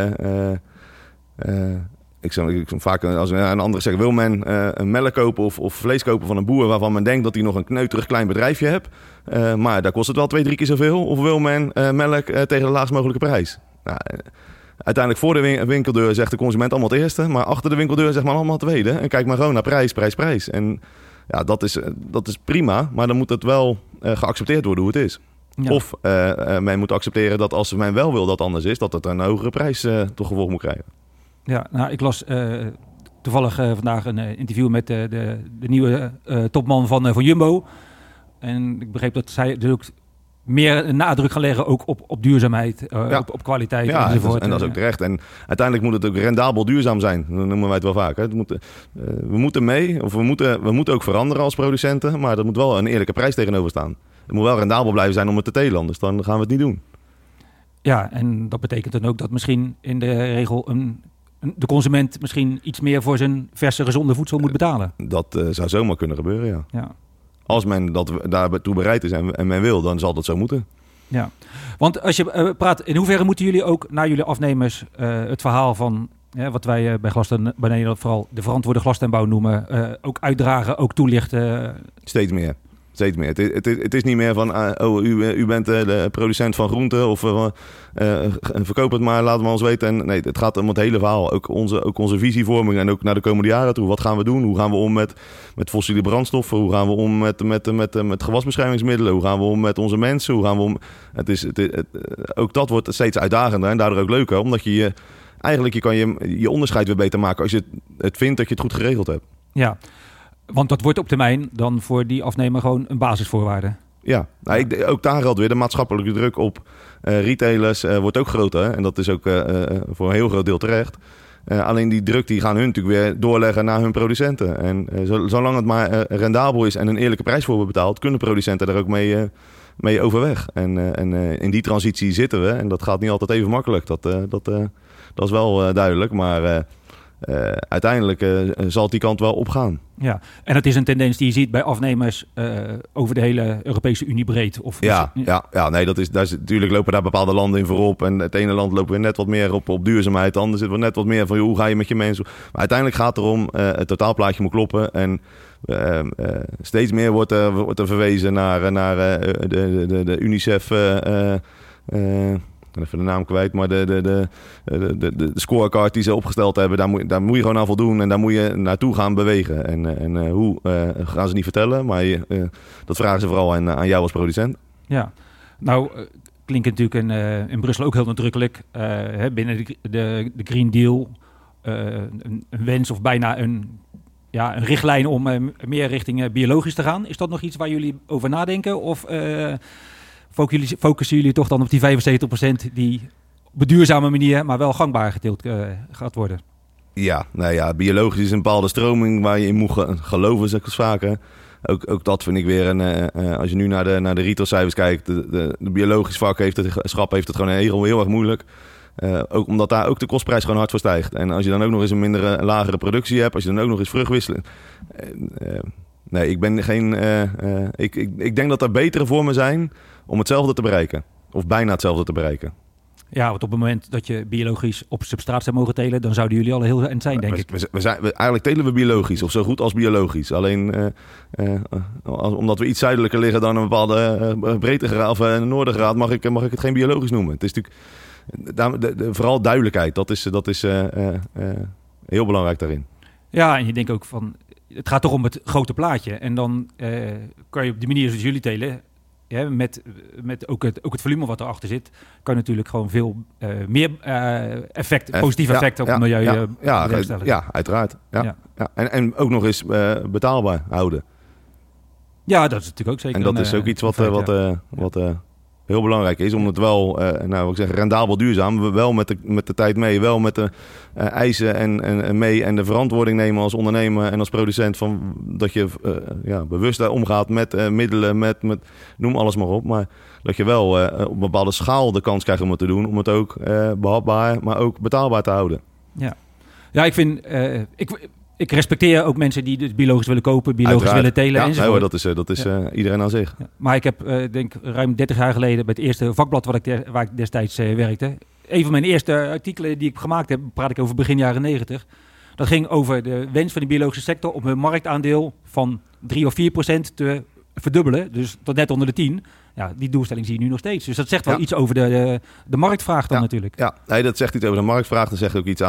ik vaak als een ander zegt, wil men een melk kopen of vlees kopen van een boer waarvan men denkt dat hij nog een kneuterig klein bedrijfje heeft. Maar daar kost het wel 2-3 keer zoveel. Of wil men melk tegen de laagst mogelijke prijs? Nou, uiteindelijk voor de winkeldeur zegt de consument allemaal het eerste. Maar achter de winkeldeur zegt men allemaal het tweede. En kijk maar gewoon naar prijs. En... Ja, dat is prima, maar dan moet het wel geaccepteerd worden hoe het is. Ja. Of men moet accepteren dat als men wel wil dat het anders is, dat het een hogere prijs toch gevolg moet krijgen. Ja, nou, ik las toevallig vandaag een interview met de nieuwe topman van Jumbo. En ik begreep dat zij dus ook meer nadruk gaan leggen ook op duurzaamheid, op kwaliteit enzovoort. En dat is ook terecht. En uiteindelijk moet het ook rendabel duurzaam zijn. Dan noemen wij het wel vaak. Hè. We moeten mee, of we moeten ook veranderen als producenten, maar er moet wel een eerlijke prijs tegenover staan. Het moet wel rendabel blijven zijn om het te telen, anders dan gaan we het niet doen. Ja, en dat betekent dan ook dat misschien in de regel de consument misschien iets meer voor zijn verse, gezonde voedsel moet betalen. Dat zou zomaar kunnen gebeuren, ja. Als men daartoe bereid is en men wil, dan zal dat zo moeten. Ja, want als je praat, in hoeverre moeten jullie ook naar jullie afnemers het verhaal van wat wij bij Glastuinbouw Nederland vooral de verantwoorde glastuinbouw noemen, ook uitdragen, ook toelichten? Steeds meer. Het is niet meer van, u bent de producent van groenten of verkoop het maar, laat het maar ons weten. En nee, het gaat om het hele verhaal. Ook onze visievorming en ook naar de komende jaren toe. Wat gaan we doen? Hoe gaan we om met fossiele brandstoffen? Hoe gaan we om met gewasbeschermingsmiddelen? Hoe gaan we om met onze mensen? Hoe gaan we om? Ook dat wordt steeds uitdagender en daardoor ook leuker, omdat je kan je onderscheid weer beter maken als je het vindt dat je het goed geregeld hebt. Ja. Want dat wordt op termijn dan voor die afnemer gewoon een basisvoorwaarde. Ja, ook daar geldt weer de maatschappelijke druk op retailers wordt ook groter. Hè? En dat is ook voor een heel groot deel terecht. Alleen die druk die gaan hun natuurlijk weer doorleggen naar hun producenten. En zolang het maar rendabel is en een eerlijke prijs voor betaald, kunnen producenten daar ook mee overweg. En in die transitie zitten we. En dat gaat niet altijd even makkelijk. Dat is wel duidelijk. Maar uiteindelijk zal die kant wel opgaan. Ja, en dat is een tendens die je ziet bij afnemers over de hele Europese Unie breed. Nee, dat is natuurlijk lopen daar bepaalde landen in voorop. En het ene land lopen we net wat meer op duurzaamheid. Het andere zitten we net wat meer van hoe ga je met je mensen. Maar uiteindelijk gaat het erom, het totaalplaatje moet kloppen. En steeds meer wordt er verwezen naar de UNICEF... Ik ben even de naam kwijt, maar de scorecard die ze opgesteld hebben, daar moet je gewoon aan voldoen en daar moet je naartoe gaan bewegen. En hoe gaan ze niet vertellen, maar dat vragen ze vooral aan jou als producent. Ja, nou klinkt het natuurlijk in Brussel ook heel nadrukkelijk. Binnen de Green Deal een wens of bijna een richtlijn om meer richting biologisch te gaan. Is dat nog iets waar jullie over nadenken of... focussen jullie toch dan op die 75% die op een duurzame manier, maar wel gangbaar geteeld gaat worden? Ja, biologisch is een bepaalde stroming waar je in moet geloven, zeg ik vaker. Ook dat vind ik weer als je nu naar de retailcijfers kijkt, de biologisch vak heeft het gewoon heel erg moeilijk. Ook omdat daar ook de kostprijs gewoon hard voor stijgt. En als je dan ook nog eens een lagere productie hebt, als je dan ook nog eens vruchtwisselen... Nee, ik ben geen... Ik denk dat er betere vormen zijn om hetzelfde te bereiken. Of bijna hetzelfde te bereiken. Ja, want op het moment dat je biologisch op substraat zou mogen telen, dan zouden jullie al heel eind zijn, denk ik. Eigenlijk telen we biologisch, of zo goed als biologisch. Alleen omdat we iets zuidelijker liggen dan een bepaalde breedtegraad of een noordergraad, mag ik het geen biologisch noemen. Het is natuurlijk vooral duidelijkheid. Dat is heel belangrijk daarin. Ja, en je denkt ook van... Het gaat toch om het grote plaatje. En dan kan je op die manier zoals jullie telen... met ook het volume wat erachter zit... kan je natuurlijk gewoon veel meer positief effect op het milieu bewerkstelligen. Ja, uiteraard. Ja. En ook nog eens betaalbaar houden. Ja, dat is natuurlijk ook zeker. En dat is ook iets wat heel belangrijk is, om het wel, rendabel duurzaam, wel met de tijd mee, wel met de eisen en mee en de verantwoording nemen als ondernemer en als producent van dat je bewust omgaat met middelen, met noem alles maar op, maar dat je wel op een bepaalde schaal de kans krijgt om het te doen, om het ook behapbaar, maar ook betaalbaar te houden. Ja, ik vind... Ik respecteer ook mensen die dus biologisch willen kopen, biologisch willen telen enzovoort. Dat is iedereen aan zich. Ja, maar ik heb denk ruim 30 jaar geleden bij het eerste vakblad waar ik destijds werkte. Een van mijn eerste artikelen die ik gemaakt heb, praat ik over begin jaren 90. Dat ging over de wens van de biologische sector om hun marktaandeel van 3 of 4% te verdubbelen. Dus tot net onder de 10. Ja, die doelstelling zie je nu nog steeds. Dus dat zegt wel iets over de marktvraag dan natuurlijk. Ja, nee, dat zegt iets over de marktvraag. Dat zegt ook iets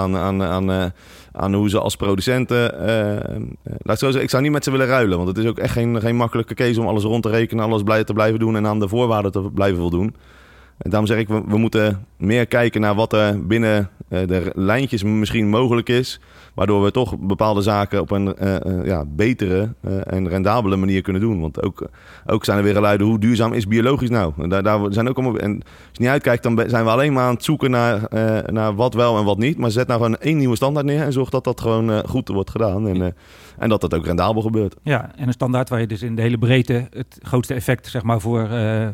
aan hoe ze als producenten... laat zo zeggen, ik zou niet met ze willen ruilen. Want het is ook echt geen makkelijke case om alles rond te rekenen, alles te blijven doen en aan de voorwaarden te blijven voldoen. En daarom zeg ik, we moeten meer kijken naar wat er binnen de lijntjes misschien mogelijk is. Waardoor we toch bepaalde zaken op een betere en rendabele manier kunnen doen. Want ook zijn er weer geluiden, hoe duurzaam is biologisch nou? En daar zijn ook allemaal, en als je niet uitkijkt, dan zijn we alleen maar aan het zoeken naar wat wel en wat niet. Maar zet nou gewoon 1 nieuwe standaard neer en zorg dat dat gewoon goed wordt gedaan. En dat dat ook rendabel gebeurt. Ja, en een standaard waar je dus in de hele breedte het grootste effect zeg maar voor...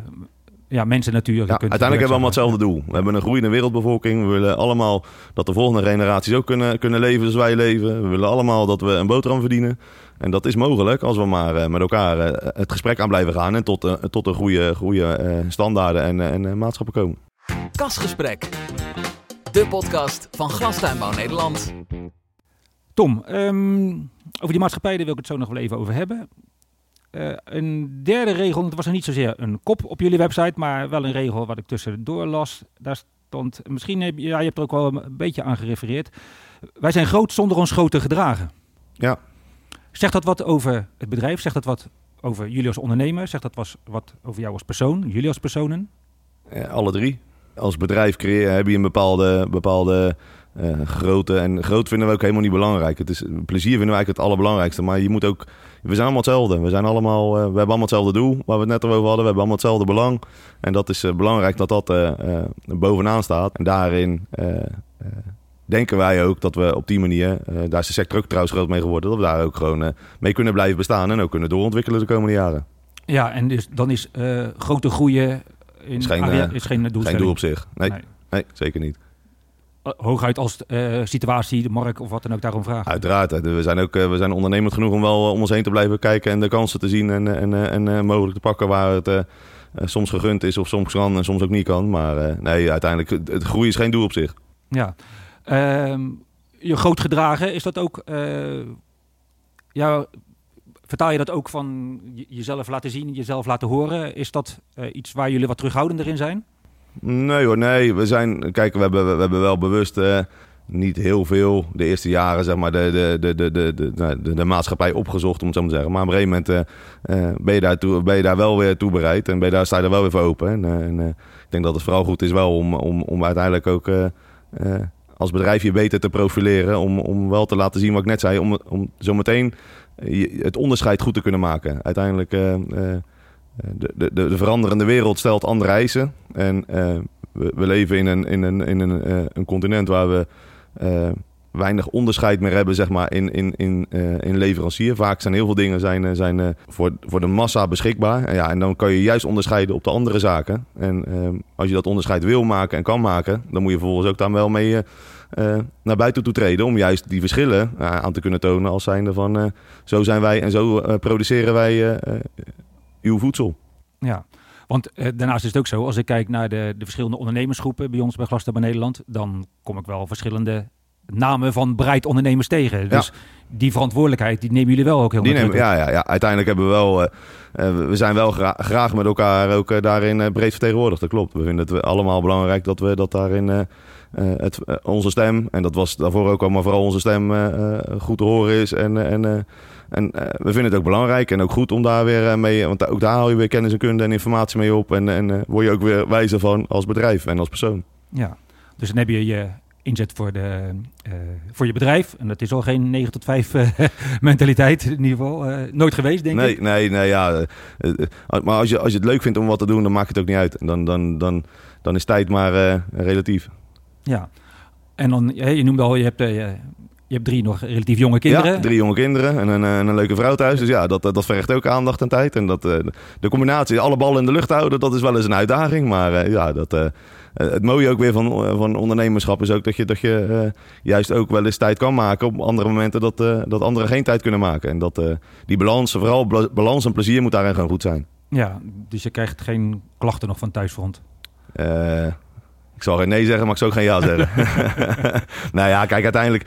mensen natuurlijk. Ja, uiteindelijk hebben we allemaal hetzelfde doel. We hebben een groeiende wereldbevolking. We willen allemaal dat de volgende generaties ook kunnen leven zoals wij leven. We willen allemaal dat we een boterham verdienen. En dat is mogelijk als we maar met elkaar het gesprek aan blijven gaan en tot een goede standaarden en maatschappen komen. Kasgesprek. De podcast van Glastuinbouw Nederland. Tom, over die maatschappij daar wil ik het zo nog wel even over hebben. Een derde regel, het was er niet zozeer een kop op jullie website, maar wel een regel wat ik tussendoor las. Daar stond, misschien je hebt er ook wel een beetje aan gerefereerd. Wij zijn groot zonder ons groot te gedragen. Ja. Zegt dat wat over het bedrijf? Zegt dat wat over jullie als ondernemer? Zegt dat wat over jou als persoon? Jullie als personen? Alle drie. Als bedrijf heb je een bepaalde grootte. En groot vinden we ook helemaal niet belangrijk. Plezier vinden we eigenlijk het allerbelangrijkste. Maar je moet ook... We zijn allemaal hetzelfde. We hebben allemaal hetzelfde doel, waar we het net over hadden. We hebben allemaal hetzelfde belang. En dat is belangrijk dat bovenaan staat. En daarin denken wij ook dat we op die manier... daar is de sector ook trouwens groot mee geworden. Dat we daar ook gewoon mee kunnen blijven bestaan. En ook kunnen doorontwikkelen de komende jaren. Ja, en dus dan is grote groeien... is geen doel op zich. Nee, zeker niet. hooguit als situatie, de markt of wat dan ook daarom vraagt. Uiteraard. We zijn ondernemend genoeg om wel om ons heen te blijven kijken en de kansen te zien en mogelijk te pakken waar het soms gegund is of soms kan en soms ook niet kan. Maar nee, uiteindelijk, het groei is geen doel op zich. Ja. Je groot gedragen, is dat ook... vertaal je dat ook van jezelf laten zien, jezelf laten horen? Is dat iets waar jullie wat terughoudender in zijn? Nee hoor, nee. We hebben wel bewust niet heel veel de eerste jaren, zeg maar, de maatschappij opgezocht, om het zo maar te zeggen. Maar op een gegeven moment ben je daar wel weer toe bereid en sta je er wel weer voor open. En ik denk dat het vooral goed is wel om uiteindelijk ook als bedrijf je beter te profileren. Om wel te laten zien wat ik net zei, om zometeen het onderscheid goed te kunnen maken. Uiteindelijk, de veranderende wereld stelt andere eisen. En we leven in een continent waar we weinig onderscheid meer hebben, zeg maar, in leverancier. Vaak zijn heel veel dingen zijn voor de massa beschikbaar. En dan kan je juist onderscheiden op de andere zaken. En als je dat onderscheid wil maken en kan maken, dan moet je vervolgens ook daar wel mee naar buiten toe treden om juist die verschillen aan te kunnen tonen als zijnde van zo zijn wij en zo produceren wij uw voedsel. Ja, want daarnaast is het ook zo, als ik kijk naar de verschillende ondernemersgroepen bij ons bij Glastuinbouw Nederland, dan kom ik wel verschillende namen van bereid ondernemers tegen. Ja. Dus die verantwoordelijkheid, die nemen jullie wel ook heel natuurlijk. Ja, uiteindelijk hebben we wel... we zijn wel graag met elkaar ook daarin breed vertegenwoordigd. Dat klopt. We vinden het allemaal belangrijk dat daarin onze stem, en dat was daarvoor ook al, maar vooral onze stem goed te horen is. En we vinden het ook belangrijk en ook goed om daar weer mee, want ook daar haal je weer kennis en kunde en informatie mee op. En word je ook weer wijzer van als bedrijf en als persoon. Ja, dus dan heb je inzet voor je bedrijf. En dat is al geen 9 tot 5 mentaliteit in ieder geval. Nooit geweest, denk ik. Nee, ja. Maar als je het leuk vindt om wat te doen, dan maakt het ook niet uit. Dan is tijd maar relatief. Ja. En dan, je noemde al, je hebt 3 nog relatief jonge kinderen. Ja, 3 jonge kinderen en een leuke vrouw thuis. Dus ja, dat vergt ook aandacht en tijd. En de combinatie, alle ballen in de lucht houden, dat is wel eens een uitdaging. Maar het mooie ook weer van ondernemerschap is ook dat je juist ook wel eens tijd kan maken op andere momenten dat anderen geen tijd kunnen maken. En dat die balans, vooral balans en plezier moet daarin gewoon goed zijn. Ja, dus je krijgt geen klachten nog van thuisfront? Ik zal geen nee zeggen, maar ik zou ook geen ja zeggen. Nou ja, kijk, uiteindelijk,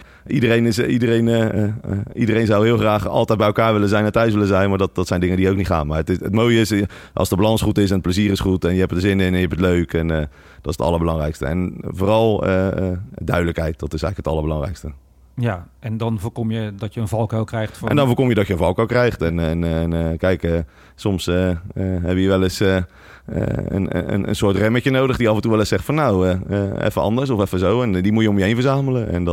iedereen zou heel graag altijd bij elkaar willen zijn en thuis willen zijn, maar dat zijn dingen die ook niet gaan. Maar het mooie is, als de balans goed is en het plezier is goed en je hebt er zin in en je hebt het leuk, en dat is het allerbelangrijkste. En vooral duidelijkheid, dat is eigenlijk het allerbelangrijkste. Ja, en dan voorkom je dat je een valkuil krijgt. En dan voorkom je dat je een valkuil krijgt. En kijk, soms heb je wel eens een soort remmetje nodig die af en toe wel eens zegt van nou, even anders of even zo. En die moet je om je heen verzamelen. En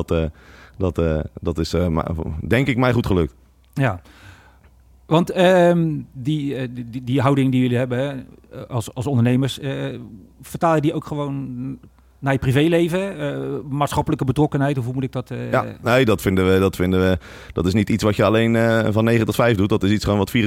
dat is denk ik mij goed gelukt. Ja, want die houding die jullie hebben als ondernemers, vertaal je die ook gewoon naar je privéleven, maatschappelijke betrokkenheid, of hoe moet ik dat... Ja, nee, dat vinden we. Dat is niet iets wat je alleen van 9 tot 5 doet. Dat is iets gewoon wat 24/7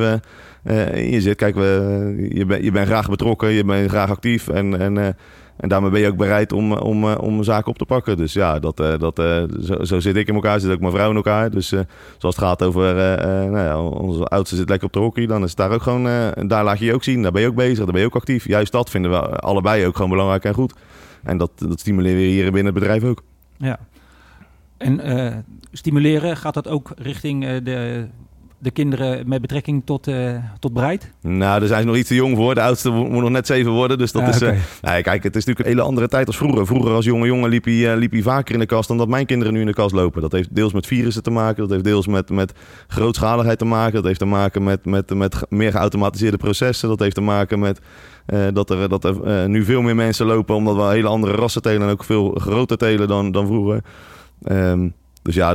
in je zit. Kijk, je bent graag betrokken, je bent graag actief en daarmee ben je ook bereid om zaken op te pakken. Dus ja, zo zit ik in elkaar, zit ook mijn vrouw in elkaar. Dus zoals het gaat over, onze oudste zit lekker op de hockey, dan is het daar ook gewoon, daar laat je je ook zien. Daar ben je ook bezig, daar ben je ook actief. Juist dat vinden we allebei ook gewoon belangrijk en goed. En dat stimuleren we hier binnen het bedrijf ook. Ja. En stimuleren, gaat dat ook richting de kinderen met betrekking tot bereid? Nou, daar zijn ze nog iets te jong voor. De oudste moet nog net 7 worden. Dus dat is... Okay. Kijk, het is natuurlijk een hele andere tijd als vroeger. Vroeger als jonge jongen liep hij vaker in de kast dan dat mijn kinderen nu in de kast lopen. Dat heeft deels met virussen te maken. Dat heeft deels met grootschaligheid te maken. Dat heeft te maken met meer geautomatiseerde processen. Dat heeft te maken met dat er nu veel meer mensen lopen, omdat we hele andere rassen telen en ook veel groter telen dan vroeger. Dus ja,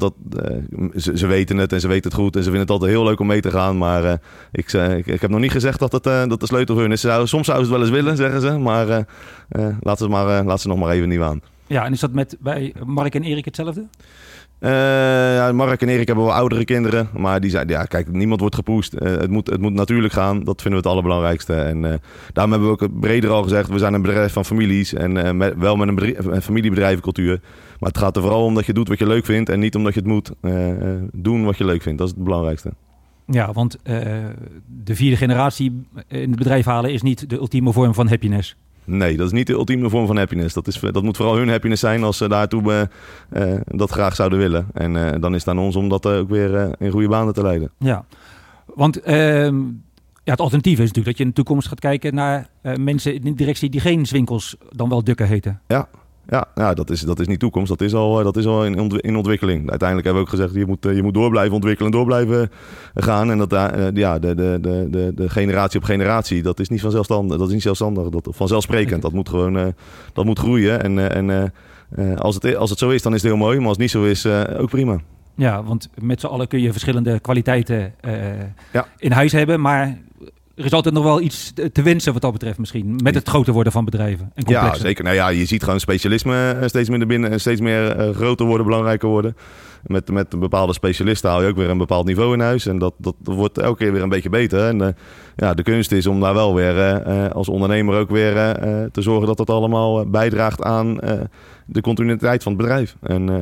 ze weten het en ze weten het goed en ze vinden het altijd heel leuk om mee te gaan. Maar ik heb nog niet gezegd dat de sleutel voor hun is. Soms zouden ze het wel eens willen, zeggen ze. Maar laat ze nog maar even niet aan. Ja, en is dat bij Mark en Erik hetzelfde? Mark en Erik hebben wel oudere kinderen. Maar die zeiden, kijk, niemand wordt gepusht. Het moet natuurlijk gaan. Dat vinden we het allerbelangrijkste. En daarom hebben we ook breder al gezegd, we zijn een bedrijf van families. En wel met een familiebedrijvencultuur. Maar het gaat er vooral om dat je doet wat je leuk vindt. En niet omdat je het moet doen wat je leuk vindt. Dat is het belangrijkste. Ja, want de 4e generatie in het bedrijf halen is niet de ultieme vorm van happiness. Nee, dat is niet de ultieme vorm van happiness. Dat moet vooral hun happiness zijn als ze daartoe dat graag zouden willen. En dan is het aan ons om dat ook weer in goede banen te leiden. Ja, want het alternatief is natuurlijk dat je in de toekomst gaat kijken naar mensen in de directie die geen Zwinkels dan wel Dukken heten. Ja, dat is niet toekomst. Dat is al in ontwikkeling. Uiteindelijk hebben we ook gezegd, je moet door blijven ontwikkelen, door blijven gaan. En dat de generatie op generatie, dat is niet vanzelfstandig. Dat is niet zelfstandig, dat vanzelfsprekend. Dat moet gewoon dat moet groeien. En als het zo is, dan is het heel mooi. Maar als het niet zo is, ook prima. Ja, want met z'n allen kun je verschillende kwaliteiten in huis hebben. Maar er is altijd nog wel iets te wensen wat dat betreft misschien. Met het groter worden van bedrijven. En ja, zeker. Nou ja, je ziet gewoon specialisme steeds meer binnen en steeds meer groter worden, belangrijker worden. Met een bepaalde specialisten haal je ook weer een bepaald niveau in huis. En dat wordt elke keer weer een beetje beter. En de kunst is om daar wel weer als ondernemer ook weer te zorgen dat dat allemaal bijdraagt aan de continuïteit van het bedrijf.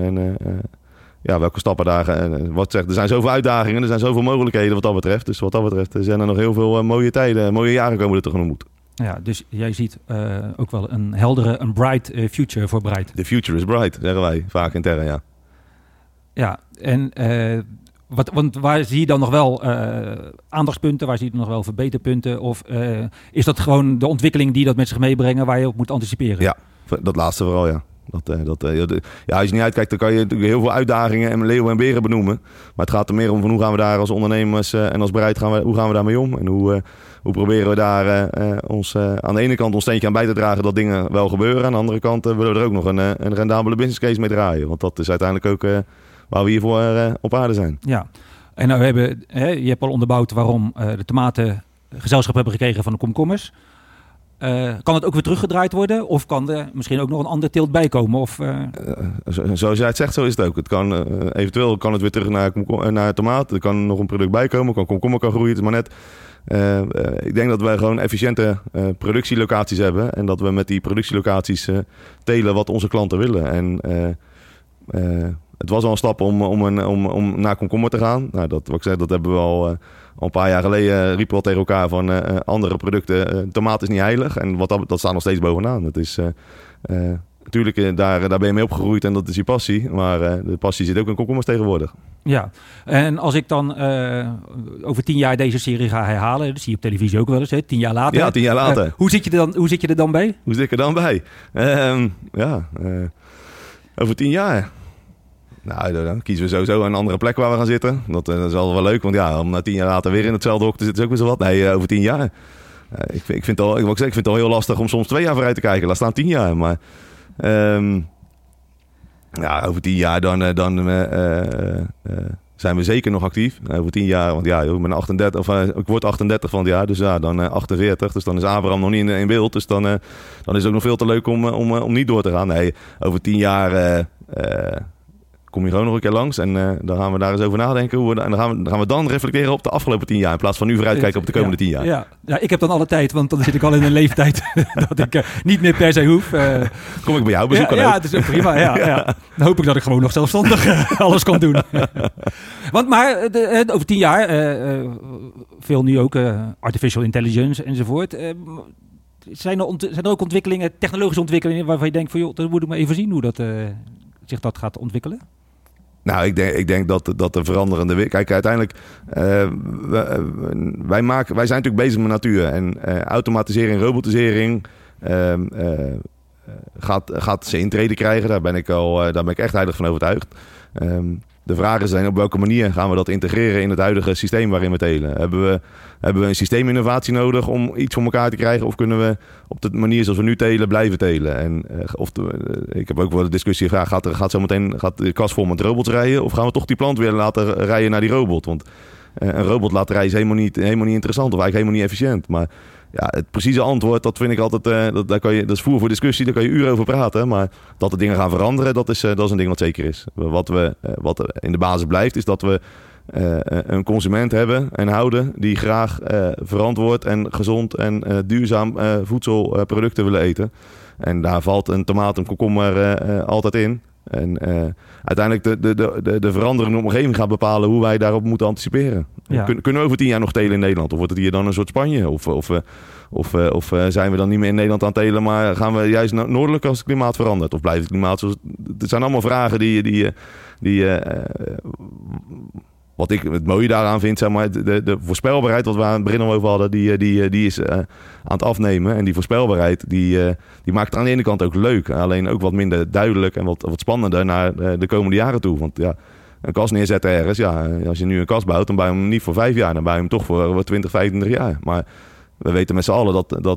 Welke stappen daar... er zijn zoveel uitdagingen, er zijn zoveel mogelijkheden wat dat betreft. Dus wat dat betreft zijn er nog heel veel mooie tijden, mooie jaren komen er tegemoet. Ja, dus jij ziet ook wel een heldere, een bright future voor Bright. The future is bright, zeggen wij vaak intern, ja. Ja, en want waar zie je dan nog wel aandachtspunten? Waar zie je nog wel verbeterpunten? Of is dat gewoon de ontwikkeling die dat met zich meebrengen waar je op moet anticiperen? Ja, dat laatste vooral, ja. Als je niet uitkijkt, dan kan je natuurlijk heel veel uitdagingen en leeuwen en beren benoemen. Maar het gaat er meer om van hoe gaan we daar als ondernemers en als Bright hoe gaan we daarmee om? En hoe proberen we daar aan de ene kant ons steentje aan bij te dragen dat dingen wel gebeuren. Aan de andere kant willen we er ook nog een rendabele business case mee draaien. Want dat is uiteindelijk ook waar we hiervoor op aarde zijn. Ja, en nou je hebt al onderbouwd waarom de tomaten gezelschap hebben gekregen van de komkommers. Kan het ook weer teruggedraaid worden? Of kan er misschien ook nog een ander teelt bijkomen? Zoals jij het zegt, zo is het ook. Het kan, eventueel kan het weer terug naar tomaat. Er kan nog een product bijkomen. Komkommer kan groeien. Het is maar net. Ik denk dat wij gewoon efficiënte productielocaties hebben. En dat we met die productielocaties telen wat onze klanten willen. En het was al een stap om naar komkommer te gaan. Nou, wat ik zeg, dat hebben we al een paar jaar geleden riepen we al tegen elkaar van andere producten. Tomaat is niet heilig. En dat staat nog steeds bovenaan. Het is natuurlijk, daar ben je mee opgegroeid en dat is je passie. Maar de passie zit ook in komkommers tegenwoordig. Ja, en als ik dan over 10 jaar deze serie ga herhalen, dat zie je op televisie ook wel eens, 10 jaar later. Ja, 10 jaar later. Hoe zit je er dan bij? Hoe zit ik er dan bij? Over 10 jaar. Nou, dan kiezen we sowieso een andere plek waar we gaan zitten. Dat is wel leuk, want om na 10 jaar later weer in hetzelfde hok te zitten is ook weer zo wat. Nee, over 10 jaar. Ik vind het al heel lastig om soms 2 jaar vooruit te kijken. Laat staan 10 jaar. Maar over 10 jaar dan zijn we zeker nog actief. Over 10 jaar, want ik ben 38, ik word 38 van het jaar, dus dan 48. Dus dan is Abraham nog niet in beeld. Dus dan is het ook nog veel te leuk om niet door te gaan. Nee, over 10 jaar... kom je gewoon nog een keer langs en dan gaan we daar eens over nadenken. En dan gaan we dan reflecteren op de afgelopen 10 jaar... in plaats van nu vooruitkijken op de komende 10 jaar. Ja, ik heb dan alle tijd, want dan zit ik al in een leeftijd... dat ik niet meer per se hoef. Kom ik bij jou bezoeken? Ja, het is ook prima. Ja. Dan hoop ik dat ik gewoon nog zelfstandig alles kan doen. Maar over 10 jaar... veel nu ook artificial intelligence enzovoort... Zijn er ook ontwikkelingen, technologische ontwikkelingen... waarvan je denkt van joh, dat moet ik maar even zien hoe dat... zich dat gaat ontwikkelen? Nou, ik denk dat de veranderende... Kijk, uiteindelijk... wij zijn natuurlijk bezig met natuur. En automatisering, robotisering... gaat zijn intrede krijgen. Daar ben ik echt heilig van overtuigd. De vraag is op welke manier gaan we dat integreren in het huidige systeem waarin we telen. Hebben we een systeeminnovatie nodig om iets voor elkaar te krijgen? Of kunnen we op de manier zoals we nu telen blijven telen? En ik heb ook wel de discussie gevraagd, gaat de kas vol met robots rijden? Of gaan we toch die plant weer laten rijden naar die robot? Want een robot laten rijden is helemaal niet interessant of eigenlijk helemaal niet efficiënt. Maar ja, het precieze antwoord, dat vind ik altijd, dat is voer voor discussie, daar kan je uren over praten. Maar dat de dingen gaan veranderen, dat is een ding wat zeker is. Wat in de basis blijft, is dat we een consument hebben en houden die graag verantwoord en gezond en duurzaam voedselproducten willen eten. En daar valt een tomaat en komkommer altijd in. En uiteindelijk de veranderende omgeving gaat bepalen hoe wij daarop moeten anticiperen. Ja. Kunnen we over 10 jaar nog telen in Nederland? Of wordt het hier dan een soort Spanje? Of zijn we dan niet meer in Nederland aan het telen, maar gaan we juist noordelijk als het klimaat verandert? Of blijft het klimaat zoals... Het zijn allemaal vragen die wat ik het mooie daaraan vind, zeg maar, de voorspelbaarheid, wat we aan het begin al over hadden, die is aan het afnemen. En die voorspelbaarheid, die maakt het aan de ene kant ook leuk. Alleen ook wat minder duidelijk en wat spannender naar de komende jaren toe. Want ja, een kas neerzetten ergens, ja, als je nu een kas bouwt, dan bouw je hem niet voor 5 jaar. Dan bouw je hem toch voor 20, 25 jaar. Maar we weten met z'n allen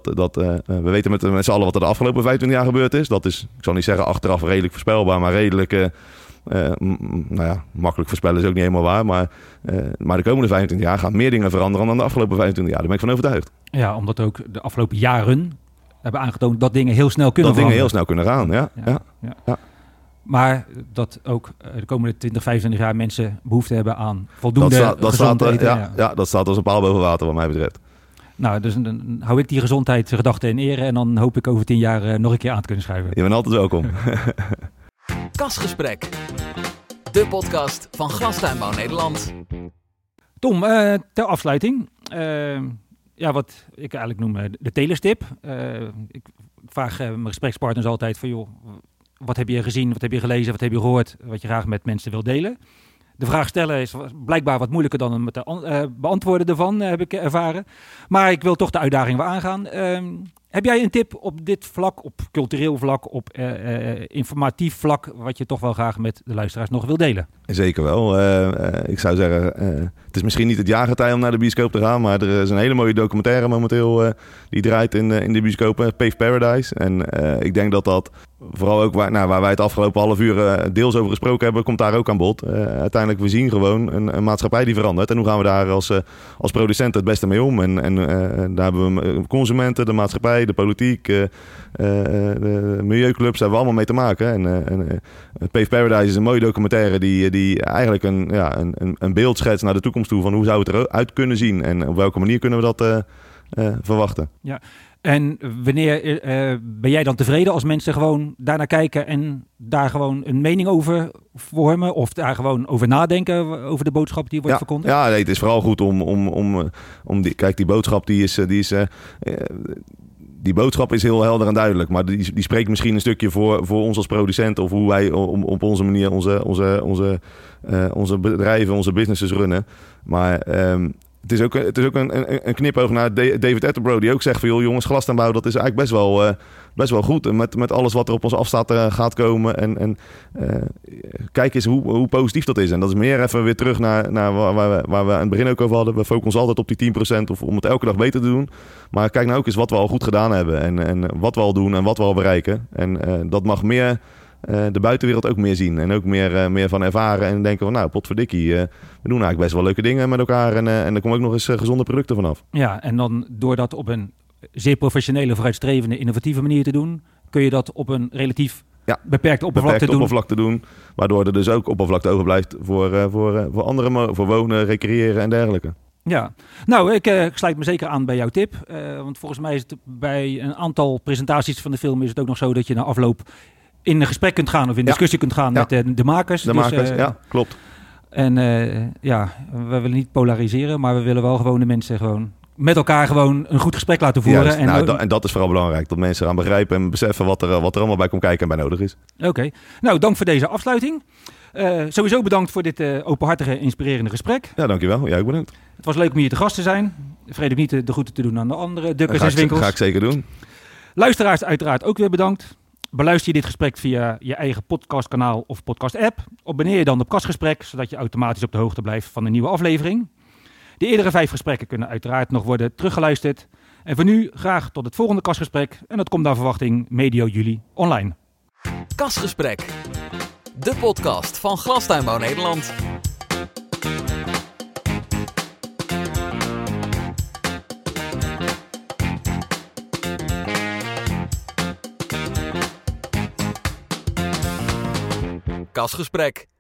wat er de afgelopen 25 jaar gebeurd is. Dat is, ik zal niet zeggen achteraf redelijk voorspelbaar, maar redelijk... makkelijk voorspellen is ook niet helemaal waar. Maar de komende 25 jaar gaan meer dingen veranderen dan de afgelopen 25 jaar. Daar ben ik van overtuigd. Ja, omdat ook de afgelopen jaren hebben aangetoond dat dingen heel snel kunnen veranderen. Dat dingen heel snel kunnen gaan, ja. Maar dat ook de komende 20, 25 jaar mensen behoefte hebben aan voldoende gezond eten. Ja, dat staat als een paal boven water wat mij betreft. Nou, dus dan hou ik die gezondheidsgedachte in ere en dan hoop ik over 10 jaar nog een keer aan te kunnen schrijven. Je bent altijd welkom. Kasgesprek, de podcast van Glastuinbouw Nederland. Tom, ter afsluiting. Wat ik eigenlijk noem de telerstip. Ik vraag mijn gesprekspartners altijd van, joh, wat heb je gezien, wat heb je gelezen, wat heb je gehoord, wat je graag met mensen wil delen. De vraag stellen is blijkbaar wat moeilijker dan het beantwoorden ervan, heb ik ervaren. Maar ik wil toch de uitdaging weer aangaan. Heb jij een tip op dit vlak, op cultureel vlak, op informatief vlak, wat je toch wel graag met de luisteraars nog wil delen? Zeker wel. Ik zou zeggen, het is misschien niet het jaargetij om naar de bioscoop te gaan, maar er is een hele mooie documentaire momenteel die draait in de bioscopen, Paved Paradise. En ik denk dat vooral ook waar wij het afgelopen half uur deels over gesproken hebben, komt daar ook aan bod. Uiteindelijk, we zien gewoon een maatschappij die verandert. En hoe gaan we daar als producenten het beste mee om? En daar hebben we consumenten, de maatschappij, de politiek, de milieuclubs, hebben we allemaal mee te maken. En Paved Paradise is een mooie documentaire die eigenlijk een beeld schetst naar de toekomst toe van hoe zou het eruit kunnen zien en op welke manier kunnen we dat verwachten. Ja. En wanneer ben jij dan tevreden als mensen gewoon daarnaar kijken en daar gewoon een mening over vormen of daar gewoon over nadenken over de boodschap die wordt verkondigd? Ja, nee, het is vooral goed om die boodschap die boodschap is heel helder en duidelijk, maar die spreekt misschien een stukje voor ons als producent of hoe wij op onze manier onze bedrijven, onze businesses runnen. Maar het is ook een knipoog naar David Attenborough die ook zegt van, joh, jongens, glastuinbouw, dat is eigenlijk best wel goed. En met alles wat er op ons af gaat komen. En kijk eens hoe positief dat is. En dat is meer even weer terug naar waar we aan het begin ook over hadden. We focussen altijd op die 10% of om het elke dag beter te doen. Maar kijk nou ook eens wat we al goed gedaan hebben. En wat we al doen en wat we al bereiken. En dat mag meer de buitenwereld ook meer zien. En ook meer van ervaren. En denken van, nou, potverdikkie, we doen eigenlijk best wel leuke dingen met elkaar. En er komen ook nog eens gezonde producten vanaf. Ja, en dan door dat op een zeer vooruitstrevende, innovatieve manier te doen, kun je dat op een relatief beperkte oppervlakte doen. Waardoor er dus ook oppervlakte overblijft voor anderen, voor wonen, recreëren en dergelijke. Ja, nou, ik sluit me zeker aan bij jouw tip. Want volgens mij is het bij een aantal presentaties van de film is het ook nog zo dat je na afloop in een gesprek kunt gaan of in discussie kunt gaan met de makers. Ja, klopt. En we willen niet polariseren, maar we willen wel gewoon de mensen gewoon met elkaar gewoon een goed gesprek laten voeren. Juist, en dat is vooral belangrijk. Dat mensen gaan begrijpen en beseffen wat er allemaal bij komt kijken en bij nodig is. Oké. Nou, dank voor deze afsluiting. Sowieso bedankt voor dit openhartige, inspirerende gesprek. Ja, dankjewel. Jij ook bedankt. Het was leuk om hier te gast te zijn. Vergeet ook niet de groeten te doen aan de andere Dukkers en Winkels. Ga ik zeker doen. Luisteraars uiteraard ook weer bedankt. Beluister je dit gesprek via je eigen podcastkanaal of podcast-app. Abonneer je dan op Kasgesprek, zodat je automatisch op de hoogte blijft van een nieuwe aflevering. De eerdere 5 gesprekken kunnen uiteraard nog worden teruggeluisterd. En voor nu graag tot het volgende Kasgesprek. En dat komt naar verwachting medio juli online. Kasgesprek, de podcast van Glastuinbouw Nederland. Kasgesprek.